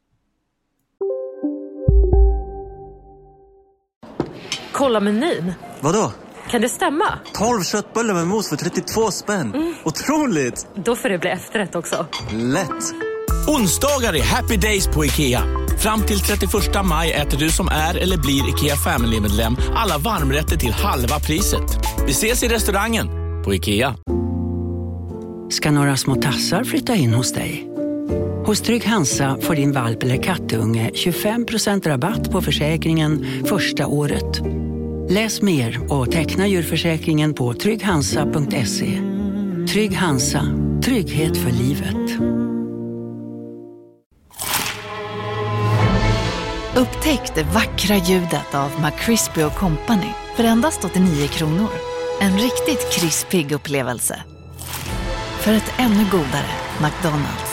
Kolla menyn. Vadå? Kan det stämma? tolv köttbullar med mos för trettiotvå spänn. Mm. Otroligt! Då får det bli efterrätt också. Lätt! Onsdagar är happy days på IKEA. Fram till trettioförsta maj äter du som är eller blir IKEA Family-medlem alla varmrätter till halva priset. Vi ses i restaurangen på IKEA. Ska några små tassar flytta in hos dig? Hos Trygg Hansa får din valp eller kattunge tjugofem procent rabatt på försäkringen första året. Läs mer och teckna djurförsäkringen på trygg hansa punkt se. Trygg Hansa, trygghet för livet. Upptäck det vackra ljudet av McCrispy och Company för endast åttionio kronor. En riktigt krispig upplevelse. För ett ännu godare McDonald's.